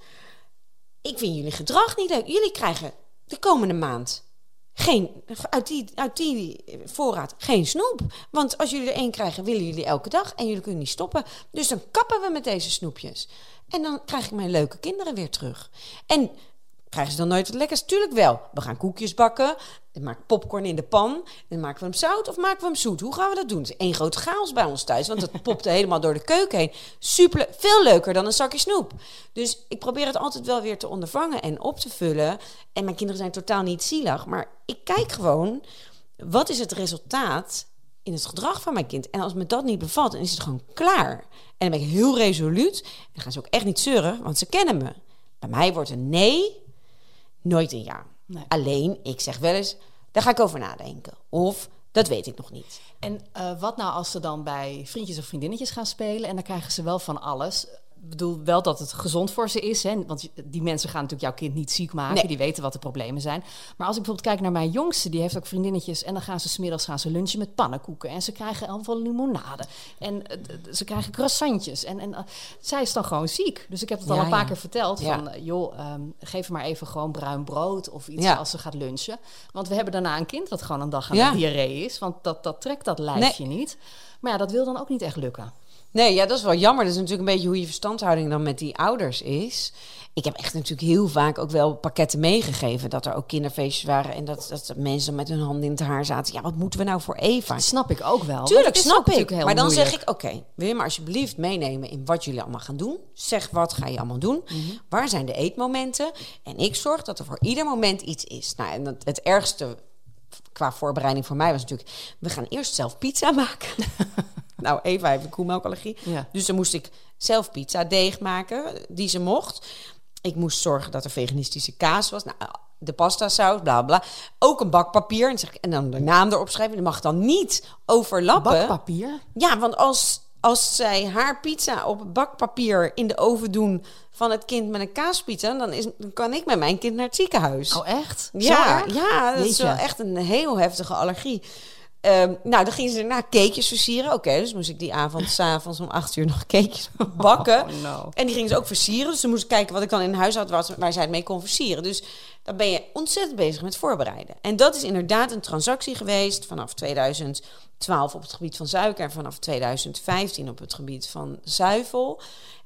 D: Ik vind jullie gedrag niet leuk. Jullie krijgen de komende maand geen, uit, die, uit die voorraad geen snoep. Want als jullie er één krijgen, willen jullie elke dag. En jullie kunnen niet stoppen. Dus dan kappen we met deze snoepjes. En dan krijg ik mijn leuke kinderen weer terug. En krijgen ze dan nooit wat lekkers? Tuurlijk wel. We gaan koekjes bakken. Dan maak ik popcorn in de pan. Dan maken we hem zout of maken we hem zoet? Hoe gaan we dat doen? Het is één grote chaos bij ons thuis. Want het popte helemaal door de keuken heen. Super, veel leuker dan een zakje snoep. Dus ik probeer het altijd wel weer te ondervangen en op te vullen. En mijn kinderen zijn totaal niet zielig. Maar ik kijk gewoon, wat is het resultaat in het gedrag van mijn kind? En als me dat niet bevalt, dan is het gewoon klaar. En dan ben ik heel resoluut. En dan gaan ze ook echt niet zeuren, want ze kennen me. Bij mij wordt een nee nooit een ja.
E: Nee.
D: Alleen, ik zeg wel eens, daar ga ik over nadenken. Of, dat weet ik nog niet.
E: En uh, wat nou als ze dan bij vriendjes of vriendinnetjes gaan spelen en dan krijgen ze wel van alles? Ik bedoel wel dat het gezond voor ze is, hè? Want die mensen gaan natuurlijk jouw kind niet ziek maken.
D: Nee.
E: Die weten wat de problemen zijn. Maar als ik bijvoorbeeld kijk naar mijn jongste, die heeft ook vriendinnetjes en dan gaan ze 's middags gaan ze lunchen met pannenkoeken en ze krijgen heel veel limonade en uh, ze krijgen croissantjes en, en uh, zij is dan gewoon ziek. Dus ik heb het al
D: Ja,
E: een paar
D: ja.
E: keer verteld
D: Ja.
E: van uh, joh, um, geef haar maar even gewoon bruin brood of iets
D: Ja.
E: als ze gaat lunchen. Want we hebben daarna een kind wat gewoon een dag aan
D: Ja.
E: de diarree is, want dat, dat trekt dat lijfje niet. Maar ja, dat wil dan ook niet echt lukken.
D: Nee, ja, dat is wel jammer. Dat is natuurlijk een beetje hoe je verstandhouding dan met die ouders is. Ik heb echt natuurlijk heel vaak ook wel pakketten meegegeven. Dat er ook kinderfeestjes waren en dat, dat mensen met hun handen in het haar zaten. Ja, wat moeten we nou voor Eva?
E: Dat snap ik ook wel.
D: Tuurlijk,
E: Dat is
D: snap
E: ook
D: ik.
E: natuurlijk heel
D: Maar dan
E: moeilijk.
D: zeg ik, oké, wil je maar alsjeblieft meenemen in wat jullie allemaal gaan doen? Zeg, wat ga je allemaal doen?
E: Mhm.
D: Waar zijn de eetmomenten? En ik zorg dat er voor ieder moment iets is. Nou, en het, het ergste qua voorbereiding voor mij was natuurlijk, we gaan eerst zelf pizza maken. Nou, Eva heeft een koemelkallergie.
E: Ja.
D: Dus dan moest ik zelf pizza deeg maken, die ze mocht. Ik moest zorgen dat er veganistische kaas was. Nou, de pasta saus, bla bla. Ook een bakpapier. En, dan zeg ik, en dan de naam erop schrijven. Dat mag dan niet overlappen.
E: Bakpapier?
D: Ja, want als, als zij haar pizza op bakpapier in de oven doen van het kind met een kaaspizza, dan, is, dan kan ik met mijn kind naar het ziekenhuis.
E: Oh, echt? Zo
D: Ja,
E: erg?
D: ja, dat is
E: Jeetje.
D: wel echt een heel heftige allergie. Um, nou, dan gingen ze daarna cakejes versieren. Oké, okay, dus moest ik die avond, 's avonds om acht uur nog cakejes bakken.
E: Oh, no.
D: En die gingen ze ook versieren. Dus ze moest kijken wat ik dan in huis had, wat, waar zij het mee kon versieren. Dus dan ben je ontzettend bezig met voorbereiden. En dat is inderdaad een transactie geweest vanaf tweeduizend twaalf op het gebied van suiker en vanaf tweeduizend vijftien op het gebied van zuivel.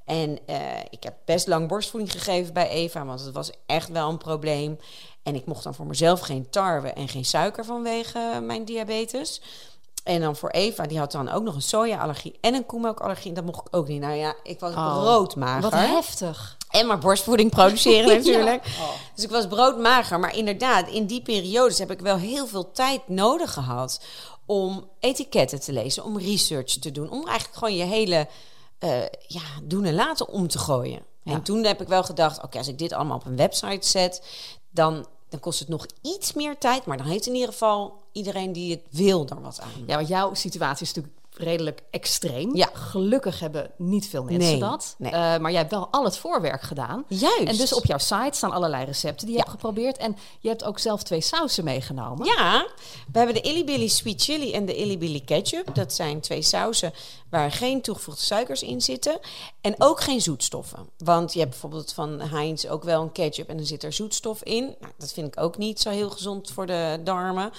D: En uh, ik heb best lang borstvoeding gegeven bij Eva, want het was echt wel een probleem. En ik mocht dan voor mezelf geen tarwe en geen suiker vanwege mijn diabetes. En dan voor Eva, die had dan ook nog een soja-allergie en een koemelkallergie. En dat mocht ik ook niet. Nou ja, ik was
E: oh,
D: broodmager.
E: Wat heftig.
D: En maar borstvoeding produceren natuurlijk.
E: Ja. Oh.
D: Dus ik was broodmager. Maar inderdaad, in die periodes heb ik wel heel veel tijd nodig gehad om etiketten te lezen, om research te doen. Om eigenlijk gewoon je hele uh, ja, doen en laten om te gooien. Ja. En toen heb ik wel gedacht, oké, okay, als ik dit allemaal op een website zet, dan... dan kost het nog iets meer tijd. Maar dan heeft in ieder geval iedereen die het wil er wat aan.
E: Ja, want jouw situatie is natuurlijk redelijk extreem.
D: Ja.
E: Gelukkig hebben niet veel mensen
D: nee,
E: dat.
D: Nee.
E: Uh, maar jij hebt wel al het voorwerk gedaan.
D: Juist.
E: En dus op jouw site staan allerlei recepten die je
D: ja.
E: hebt geprobeerd. En je hebt ook zelf twee sausen meegenomen.
D: Ja, we hebben de Illy Billy Sweet Chili en de Illy Billy Ketchup. Dat zijn twee sausen waar geen toegevoegde suikers in zitten. En ook geen zoetstoffen. Want je hebt bijvoorbeeld van Heinz ook wel een ketchup en dan zit er zoetstof in. Nou, dat vind ik ook niet zo heel gezond voor de darmen.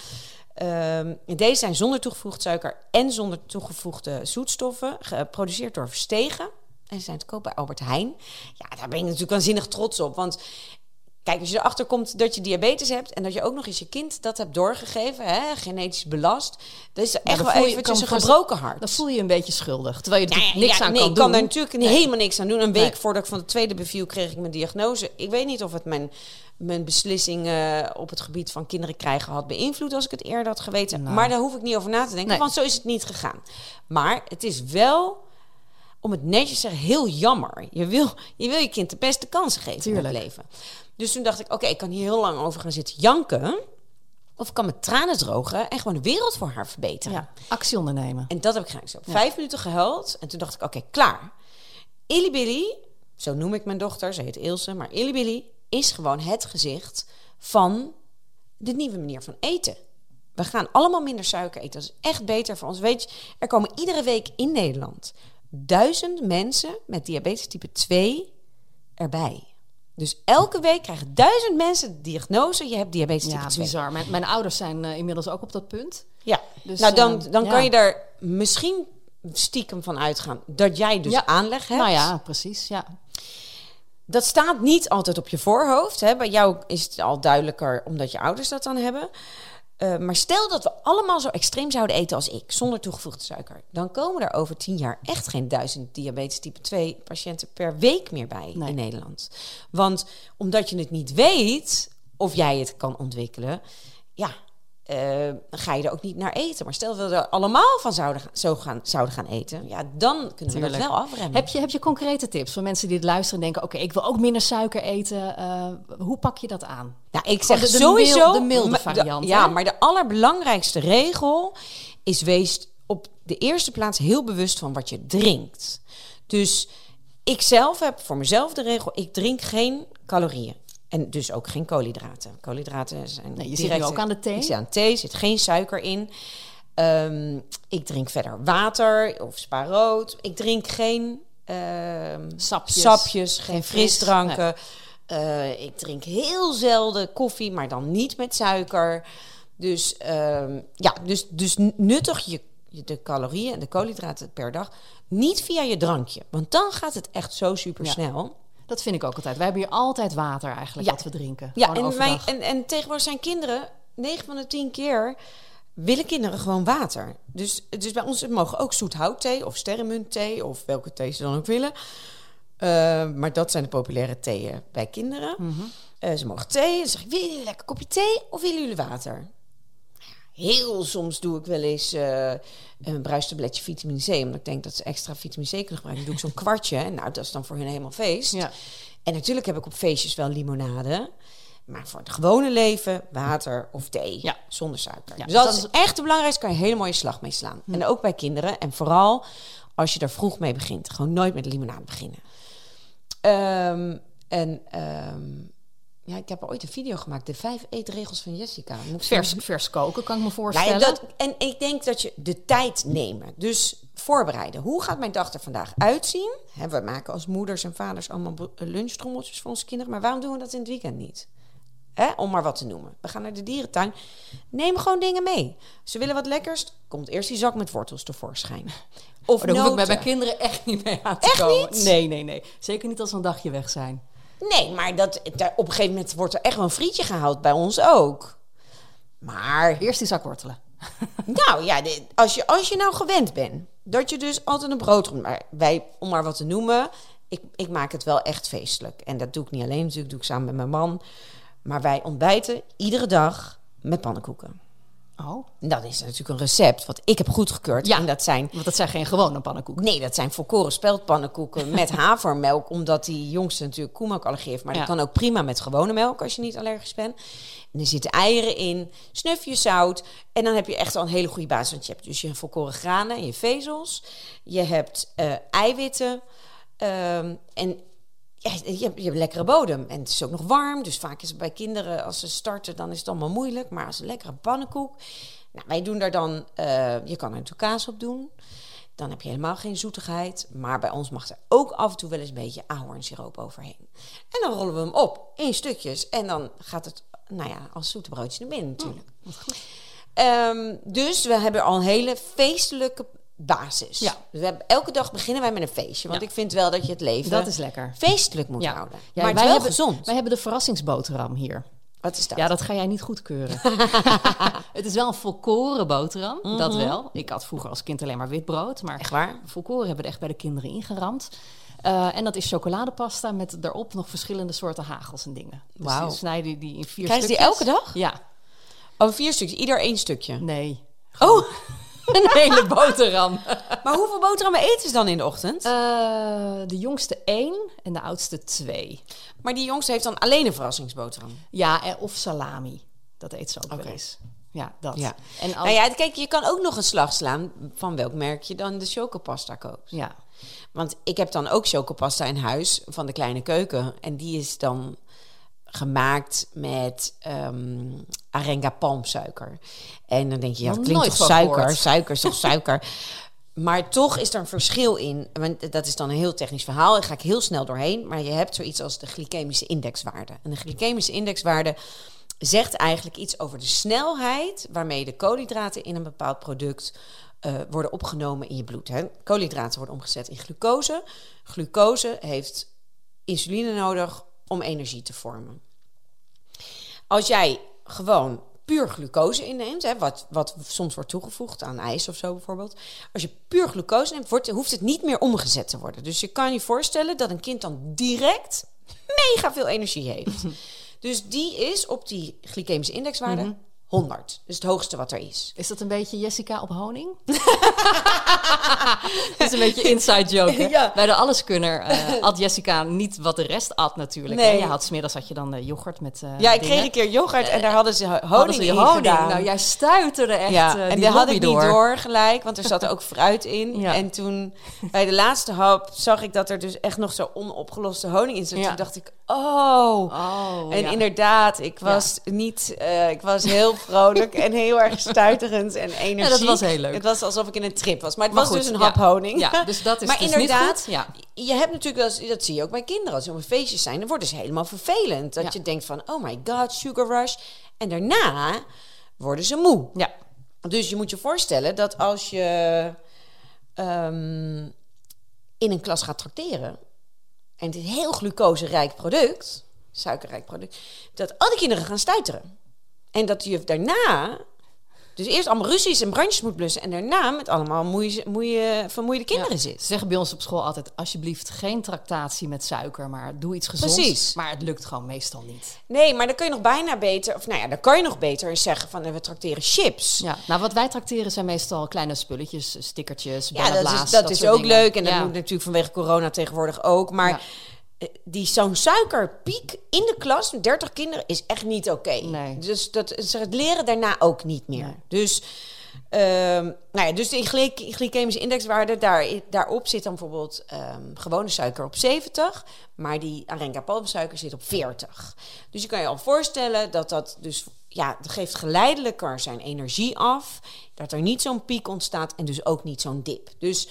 D: Um, deze zijn zonder toegevoegd suiker en zonder toegevoegde zoetstoffen. Geproduceerd door Verstegen. En ze zijn te koop bij Albert Heijn. Ja, daar ben ik natuurlijk waanzinnig trots op. Want kijk, als je erachter komt dat je diabetes hebt en dat je ook nog eens je kind dat hebt doorgegeven, hè, genetisch belast, dat is echt
E: ja,
D: wel eventjes een gebroken hart.
E: Dan voel je je een beetje schuldig, terwijl je er
D: nou ja,
E: niks
D: ja,
E: aan
D: nee,
E: kan
D: ik
E: doen.
D: kan daar natuurlijk
E: nee.
D: helemaal niks aan doen. Een week
E: nee.
D: voordat ik van de tweede beviel, kreeg ik mijn diagnose. Ik weet niet of het mijn, mijn beslissing uh, op het gebied van kinderen krijgen had beïnvloed als ik het eerder had geweten. Nou. Maar daar hoef ik niet over na te denken, nee. want zo is het niet gegaan. Maar het is wel, om het netjes te zeggen, heel jammer. Je wil je, wil je kind de beste kansen geven
E: Tuurlijk.
D: in het leven. Dus toen dacht ik, oké, okay, ik kan hier heel lang over gaan zitten janken. Of ik kan mijn tranen drogen en gewoon de wereld voor haar verbeteren.
E: Ja, actie ondernemen.
D: En dat heb ik gedaan. Ik heb ja. vijf minuten gehuild. En toen dacht ik, oké, okay, klaar. Illy Billy, zo noem ik mijn dochter, ze heet Ilse. Maar Illy Billy is gewoon het gezicht van de nieuwe manier van eten. We gaan allemaal minder suiker eten. Dat is echt beter voor ons. Weet je, er komen iedere week in Nederland duizend mensen met diabetes type twee erbij. Dus elke week krijgen duizend mensen de diagnose, je hebt diabetes type
E: ja,
D: twee.
E: Bizar. Mijn, mijn ouders zijn uh, inmiddels ook op dat punt.
D: Ja,
E: dus,
D: nou dan, dan
E: uh,
D: kan
E: ja.
D: je daar misschien stiekem van uitgaan dat jij dus
E: ja.
D: aanleg hebt.
E: Nou ja, precies, ja.
D: Dat staat niet altijd op je voorhoofd. Hè. Bij jou is het al duidelijker omdat je ouders dat dan hebben. Uh, maar stel dat we allemaal zo extreem zouden eten als ik, zonder toegevoegde suiker. Dan komen er over tien jaar echt geen duizend diabetes type twee patiënten per week meer bij nee. in Nederland. Want omdat je het niet weet of jij het kan ontwikkelen, ja, uh, ga je er ook niet naar eten. Maar stel dat we er allemaal van zouden, zo gaan, zouden gaan eten, ja, dan kunnen we
E: Tuurlijk.
D: dat wel afremmen.
E: Heb je, heb je concrete tips voor mensen die het luisteren en denken, oké, okay, ik wil ook minder suiker eten. Uh, hoe pak je dat aan?
D: Nou, ik zeg
E: de, de
D: sowieso
E: mil, de milde variant.
D: De, ja,
E: hè?
D: maar de allerbelangrijkste regel is wees op de eerste plaats heel bewust van wat je drinkt. Dus ik zelf heb voor mezelf de regel, ik drink geen calorieën. En dus ook geen koolhydraten. Koolhydraten zijn
E: nee, je
D: direct,
E: zit nu ook aan de thee.
D: Ik zit aan thee, er zit geen suiker in. Um, ik drink verder water of spa rood. Ik drink geen um,
E: sapjes.
D: sapjes, geen, geen
E: Nee.
D: frisdranken. Uh, ik drink heel zelden koffie, maar dan niet met suiker. Dus, um, ja, dus, dus nuttig je de calorieën en de koolhydraten per dag niet via je drankje. Want dan gaat het echt zo super snel. Ja.
E: Dat vind ik ook altijd. Wij hebben hier altijd water eigenlijk ja. wat we drinken.
D: Ja, en, mijn, en, en tegenwoordig zijn kinderen, negen van de tien keer willen kinderen gewoon water. Dus, dus bij ons mogen ook zoethoutthee of sterrenmuntthee of welke thee ze dan ook willen. Uh, maar dat zijn de populaire theeën bij kinderen. Mm-hmm. Uh, ze mogen thee. Dan zeg ik, willen jullie een lekker kopje thee of willen jullie water? Heel soms doe ik wel eens uh, een bruistabletje vitamine C. Omdat ik denk dat ze extra vitamine C kunnen gebruiken. Dan doe ik zo'n kwartje. En nou, dat is dan voor hun helemaal feest. Ja. En natuurlijk heb ik op feestjes wel limonade. Maar voor het gewone leven, water of thee. Ja. Zonder suiker. Ja, dus dat, dat is echt het belangrijkste. Kan je helemaal je slag mee slaan. Hm. En ook bij kinderen. En vooral als je er vroeg mee begint. Gewoon nooit met limonade beginnen. Um, en... Um, Ja, ik heb ooit een video gemaakt. De vijf eetregels van Jessica.
E: Vers, vers koken, kan ik me voorstellen.
D: Nou ja, dat, en ik denk dat je de tijd nemen. Dus voorbereiden. Hoe gaat mijn dag er vandaag uitzien? He, we maken als moeders en vaders allemaal lunchtrommeltjes voor onze kinderen. Maar waarom doen we dat in het weekend niet? Hè, om maar wat te noemen. We gaan naar de dierentuin. Neem gewoon dingen mee. Ze willen wat lekkers. Komt eerst die zak met wortels tevoorschijn. Of
E: Oh, daar hoef ik
D: noten.
E: bij mijn kinderen echt niet mee aan te
D: Echt
E: komen.
D: niet?
E: Nee, nee, nee. Zeker niet als we een dagje weg zijn.
D: Nee, maar dat, daar, op een gegeven moment wordt er echt wel een frietje gehaald. Bij ons ook. Maar,
E: Eerst die zak wortelen.
D: nou ja, de- als je, als je nou gewend bent... dat je dus altijd een brood... Maar wij, om maar wat te noemen... Ik, ik maak het wel echt feestelijk. En dat doe ik niet alleen natuurlijk. doe ik samen met mijn man. Maar wij ontbijten iedere dag met pannenkoeken.
E: Oh.
D: Dat is natuurlijk een recept wat ik heb goedgekeurd.
E: Ja.
D: En dat zijn...
E: Want dat zijn geen gewone pannenkoeken.
D: Nee, dat zijn volkoren speldpannenkoeken met havermelk. Omdat die jongste natuurlijk koemelkallergie heeft. Maar
E: Ja.
D: dat kan ook prima met gewone melk als je niet allergisch bent. En er zitten eieren in, snufje zout. En dan heb je echt al een hele goede basis. Want je hebt dus je volkoren granen en je vezels. Je hebt uh, eiwitten. Um, en ja, je, hebt, je hebt een lekkere bodem. En het is ook nog warm. Dus vaak is het bij kinderen, als ze starten, dan is het allemaal moeilijk. Maar als een lekkere pannenkoek. Nou, wij doen daar dan... Uh, je kan er natuurlijk kaas op doen. Dan heb je helemaal geen zoetigheid. Maar bij ons mag er ook af en toe wel eens een beetje ahornsiroop overheen. En dan rollen we hem op in stukjes. En dan gaat het, nou ja, als zoete broodje naar binnen natuurlijk.
E: Oh, wat goed.
D: Um, dus we hebben al een hele feestelijke basis.
E: Ja.
D: Dus we hebben, elke dag beginnen wij met een feestje. Want
E: Ja.
D: ik vind wel dat je het leven
E: Dat is lekker.
D: feestelijk moet
E: Ja.
D: houden.
E: Ja,
D: maar het
E: wij
D: is wel
E: hebben,
D: gezond.
E: Wij hebben de verrassingsboterham hier.
D: Wat is dat?
E: Ja, dat ga jij niet goedkeuren. Het is wel een volkoren boterham, mm-hmm. dat wel. Ik had vroeger als kind alleen maar witbrood. Maar
D: echt waar?
E: Volkoren hebben we echt bij de kinderen ingeramd. Uh, en dat is chocoladepasta met daarop nog verschillende soorten hagels en dingen. Dus
D: Wauw.
E: die snijden die in vier
D: Krijgen ze
E: stukjes.
D: die elke dag?
E: Ja.
D: Oh, vier stukjes. Ieder één stukje?
E: Nee.
D: Oh,
E: een hele boterham.
D: Maar hoeveel boterhammen eten ze dan in de ochtend?
E: Uh, de jongste één en de oudste twee.
D: Maar die jongste heeft dan alleen een verrassingsboterham?
E: Ja, en of salami. Dat eet ze ook
D: okay.
E: wel eens. Ja, dat.
D: Ja.
E: En als...
D: Nou ja, kijk, je kan ook nog een slag slaan van welk merk je dan de chocopasta koopt.
E: Ja.
D: Want ik heb dan ook chocopasta in huis van de Kleine Keuken. En die is dan gemaakt met um, arenga palmsuiker. En dan denk je, ja, dat klinkt toch suiker? Gehoord. Suiker is toch suiker? Maar toch is er een verschil in. Want dat is dan een heel technisch verhaal. Daar ga ik heel snel doorheen. Maar je hebt zoiets als de glycemische indexwaarde. En de glycemische indexwaarde zegt eigenlijk iets over de snelheid waarmee de koolhydraten in een bepaald product uh, worden opgenomen in je bloed. Hè. Koolhydraten worden omgezet in glucose. Glucose heeft insuline nodig om energie te vormen. Als jij gewoon puur glucose inneemt, hè, wat, wat soms wordt toegevoegd aan ijs of zo bijvoorbeeld. Als je puur glucose neemt, wordt, hoeft het niet meer omgezet te worden. Dus je kan je voorstellen dat een kind dan direct mega veel energie heeft. Dus die is op die glycemische indexwaarde mm-hmm. honderd. Dus het hoogste wat er is.
E: Is dat een beetje Jessica op honing? Dat is een beetje inside joke. Ja. Bij de Alleskunner uh, at Jessica niet wat de rest at natuurlijk. Nee. Je had 's middags had je dan uh, yoghurt met uh,
D: Ja, ik
E: dingen.
D: kreeg een keer yoghurt en daar hadden ze honing
E: hadden ze
D: in
E: honing.
D: gedaan.
E: Nou, jij stuiterde echt
D: ja,
E: uh,
D: en
E: die
D: dat had ik
E: door.
D: niet door gelijk, want er zat ook fruit in.
E: Ja.
D: En toen bij de laatste hap zag ik dat er dus echt nog zo onopgeloste honing in zat. Ja. Toen dacht ik, oh.
E: oh
D: en
E: ja.
D: inderdaad, ik was ja. niet, uh, ik was heel vrolijk en heel erg stuiterend en energie.
E: Ja, dat was heel leuk.
D: Het was alsof ik in een trip was, maar het
E: maar
D: was
E: goed,
D: dus een
E: ja.
D: hap honing.
E: Ja, dus dat is
D: maar
E: dus
D: inderdaad,
E: niet goed. Ja.
D: Je hebt natuurlijk wel eens, dat zie je ook bij kinderen, als ze op een feestjes zijn, dan worden ze helemaal vervelend. Dat
E: ja.
D: je denkt van, oh my god, sugar rush. En daarna worden ze moe.
E: Ja.
D: Dus je moet je voorstellen dat als je um, in een klas gaat trakteren en het is een heel glucoserijk product, suikerrijk product, dat al die kinderen gaan stuiteren. En dat je daarna dus eerst allemaal ruzies en brandjes moet blussen en daarna met allemaal moeie, moeie, vermoeide kinderen
E: ja.
D: zit.
E: Ze zeggen bij ons op school altijd, alsjeblieft geen tractatie met suiker, maar doe iets gezonds.
D: Precies.
E: Maar het lukt gewoon meestal niet.
D: Nee, maar dan kun je nog bijna beter, of nou ja, dan kan je nog beter zeggen van we trakteren chips.
E: Ja, nou wat wij trakteren zijn meestal kleine spulletjes, stickertjes,
D: ja, dat
E: blaas,
D: is, dat
E: dat
D: is
E: soort
D: ook
E: dingen.
D: leuk en dat
E: ja.
D: moet natuurlijk vanwege corona tegenwoordig ook, maar
E: Ja.
D: die zo'n suikerpiek in de klas met dertig kinderen is echt niet oké. Okay.
E: Nee.
D: Dus dat ze het leren daarna ook niet meer.
E: Nee.
D: Dus, um, nou ja, dus die gly- glycemische indexwaarde, daar, daarop zit dan bijvoorbeeld um, gewone suiker op zeventig, maar die arenga palmsuiker zit op veertig. Dus je kan je al voorstellen dat dat dus, ja, dat geeft geleidelijker zijn energie af, dat er niet zo'n piek ontstaat en dus ook niet zo'n dip. Dus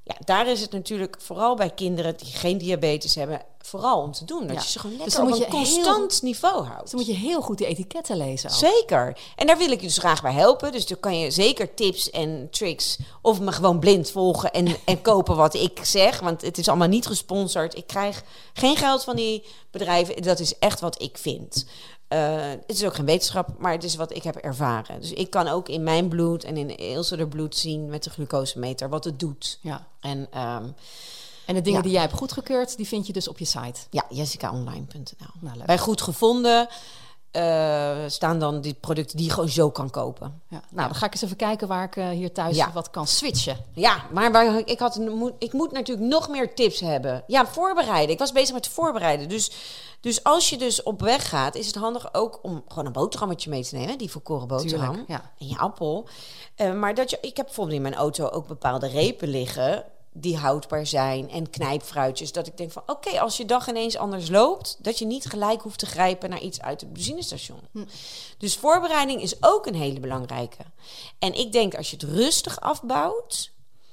D: Ja, daar is het natuurlijk vooral bij kinderen die geen diabetes hebben, vooral om te doen. Dat
E: Ja.
D: je ze gewoon
E: Dus
D: lekker
E: dan
D: op
E: moet
D: een
E: je heel-
D: constant niveau houdt.
E: Dus dan moet je heel goed die etiketten lezen ook.
D: Zeker. En daar wil ik je dus graag bij helpen. Dus dan kan je zeker tips en tricks of me gewoon blind volgen en, en kopen wat ik zeg. Want het is allemaal niet gesponsord. Ik krijg geen geld van die bedrijven. Dat is echt wat ik vind. Uh, het is ook geen wetenschap, maar het is wat ik heb ervaren. Dus ik kan ook in mijn bloed en in Ilse de bloed zien met de glucosemeter wat het doet.
E: Ja.
D: En um,
E: En de dingen
D: Ja.
E: die jij hebt goedgekeurd, die vind je dus op je site.
D: ja, jessica online punt n l.
E: Nou, leuk.
D: Bij Goed Gevonden uh, staan dan die producten die je gewoon zo kan kopen.
E: Ja. Nou, dan ga ik eens even kijken waar ik uh, hier thuis
D: Ja.
E: wat kan switchen.
D: Ja, maar waar, ik, had, een- moet- ik moet natuurlijk nog meer tips hebben. Ja, voorbereiden. Ik was bezig met voorbereiden. Dus, dus als je dus op weg gaat, is het handig ook om gewoon een boterhammetje mee te nemen. Die volkoren boterham.
E: Tuurlijk, ja.
D: En je appel. Uh, maar dat je, ik heb bijvoorbeeld in mijn auto ook bepaalde repen liggen die houdbaar zijn en knijpfruitjes. Dat ik denk van, oké, okay, als je dag ineens anders loopt, dat je niet gelijk hoeft te grijpen naar iets uit het benzinestation. Hm. Dus voorbereiding is ook een hele belangrijke. En ik denk, als je het rustig afbouwt,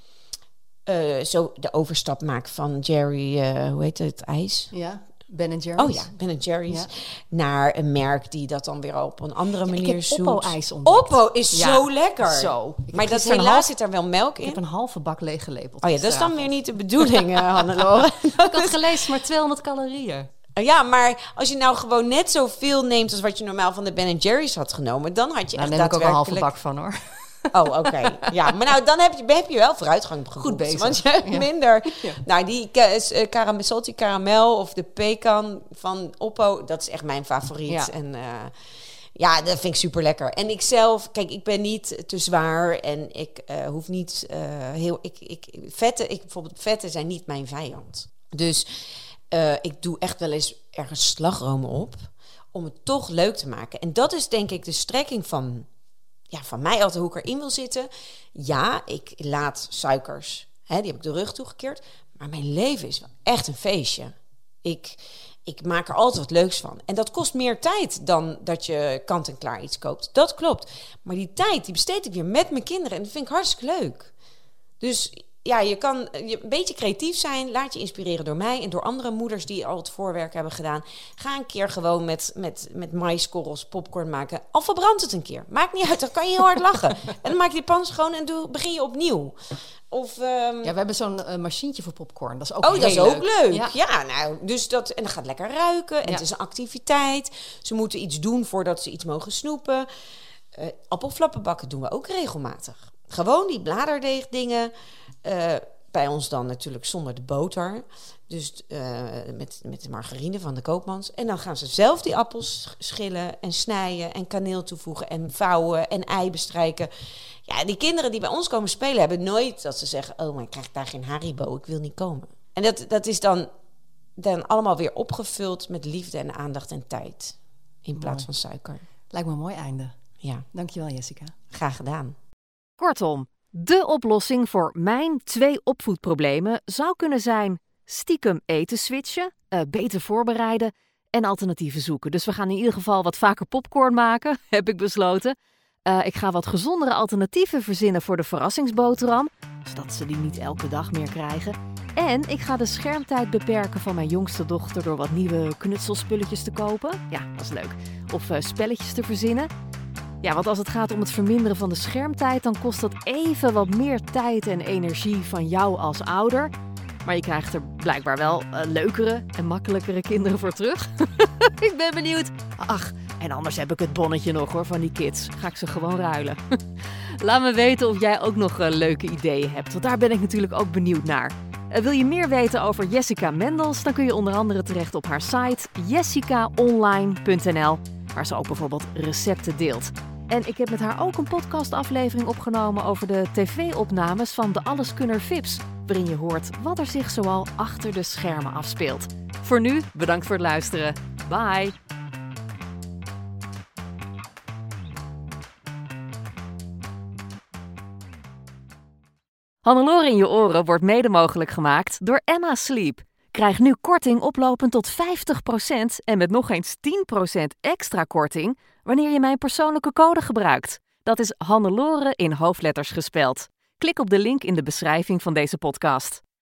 D: uh, zo de overstap maakt van Jerry, uh, hoe heet het, ijs?
E: Ja, Ben Jerry's.
D: Oh ja, Ben Jerry's.
E: Ja.
D: Naar een merk die dat dan weer op een andere
E: Ja,
D: manier
E: ik heb
D: zoekt.
E: Oppo-ijs ontdekt.
D: Oppo is
E: Ja,
D: zo lekker.
E: Zo. Ik
D: Maar
E: heb
D: dat
E: gisteren een
D: helaas
E: half-
D: zit er wel melk
E: Ik
D: in.
E: heb een halve bak leeggelepeld.
D: Oh ja, dat is dan
E: gisteravond.
D: weer niet de bedoeling, uh, Hannelore.
E: Ik had gelezen, maar tweehonderd calorieën.
D: Ja, maar als je nou gewoon net zoveel neemt als wat je normaal van de Ben Jerry's had genomen, dan had je
E: Daar
D: echt
E: neem ik ook een halve
D: daadwerkelijk...
E: bak van, hoor.
D: Oh, oké. Okay. Ja, maar nou, dan heb je, heb je wel vooruitgang geboekt.
E: Goed bezig.
D: Want je hebt
E: Ja.
D: minder...
E: Ja.
D: Nou, die uh, caramel, salty caramel of de pecan van Oppo, dat is echt mijn favoriet.
E: Ja.
D: En uh, ja, dat vind ik super lekker. En ik zelf, kijk, ik ben niet te zwaar en ik uh, hoef niet uh, heel... Ik, ik, vetten, ik, bijvoorbeeld vetten zijn niet mijn vijand. Dus uh, ik doe echt wel eens ergens slagroom op om het toch leuk te maken. En dat is denk ik de strekking van... Ja, van mij altijd hoe ik erin wil zitten. Ja, ik laat suikers, hè, die heb ik de rug toegekeerd. Maar mijn leven is wel echt een feestje. Ik, ik maak er altijd wat leuks van. En dat kost meer tijd dan dat je kant-en-klaar iets koopt. Dat klopt. Maar die tijd, die besteed ik weer met mijn kinderen. En dat vind ik hartstikke leuk. Dus ja, je kan je een beetje creatief zijn. Laat je inspireren door mij en door andere moeders die al het voorwerk hebben gedaan. Ga een keer gewoon met, met, met maiskorrels popcorn maken. Al verbrandt het een keer. Maakt niet uit, dan kan je heel hard lachen. En dan maak je die pan schoon en doe, begin je opnieuw. Of, um...
E: Ja, we hebben zo'n uh, machientje voor popcorn. Dat is ook
D: Oh,
E: heel
D: dat is
E: leuk.
D: ook leuk. Ja,
E: Ja.
D: nou, dus dat... En dan gaat het lekker ruiken. En
E: Ja.
D: het is een activiteit. Ze moeten iets doen voordat ze iets mogen snoepen. Uh, appelflappen bakken doen we ook regelmatig. Gewoon die bladerdeegdingen... Uh, bij ons dan natuurlijk zonder de boter. Dus uh, met, met de margarine van de Koopmans. En dan gaan ze zelf die appels schillen en snijden... en kaneel toevoegen en vouwen en ei bestrijken. Ja, die kinderen die bij ons komen spelen... hebben nooit dat ze zeggen... oh, maar ik krijg daar geen Haribo, ik wil niet komen. En dat, dat is dan, dan allemaal weer opgevuld met liefde en aandacht en tijd. In plaats van suiker.
E: Lijkt me een mooi einde.
D: Ja,
E: Dankjewel, Jessica.
D: graag gedaan.
B: Kortom, de oplossing voor mijn twee opvoedproblemen zou kunnen zijn stiekem eten switchen, uh, beter voorbereiden en alternatieven zoeken. Dus we gaan in ieder geval wat vaker popcorn maken, heb ik besloten. Uh, ik ga wat gezondere alternatieven verzinnen voor de verrassingsboterham, zodat ze die niet elke dag meer krijgen. En ik ga de schermtijd beperken van mijn jongste dochter door wat nieuwe knutselspulletjes te kopen. Ja, dat is leuk. Of uh, spelletjes te verzinnen. Ja, want als het gaat om het verminderen van de schermtijd, dan kost dat even wat meer tijd en energie van jou als ouder. Maar je krijgt er blijkbaar wel uh, leukere en makkelijkere kinderen voor terug. Ik ben benieuwd. Ach, en anders heb ik het bonnetje nog hoor van die kids. Ga ik ze gewoon ruilen. Laat me weten of jij ook nog uh, leuke ideeën hebt, want daar ben ik natuurlijk ook benieuwd naar. Uh, wil je meer weten over Jessica Mendels, dan kun je onder andere terecht op haar site jessica online punt n l, waar ze ook bijvoorbeeld recepten deelt. En ik heb met haar ook een podcastaflevering opgenomen over de tv-opnames van de Alleskunner V I P's, waarin je hoort wat er zich zoal achter de schermen afspeelt. Voor nu, bedankt voor het luisteren. Bye! Hannelore in je oren wordt mede mogelijk gemaakt door Emma Sleep. Krijg nu korting oplopend tot vijftig procent en met nog eens tien procent extra korting wanneer je mijn persoonlijke code gebruikt. Dat is Hannelore in hoofdletters gespeld. Klik op de link in de beschrijving van deze podcast.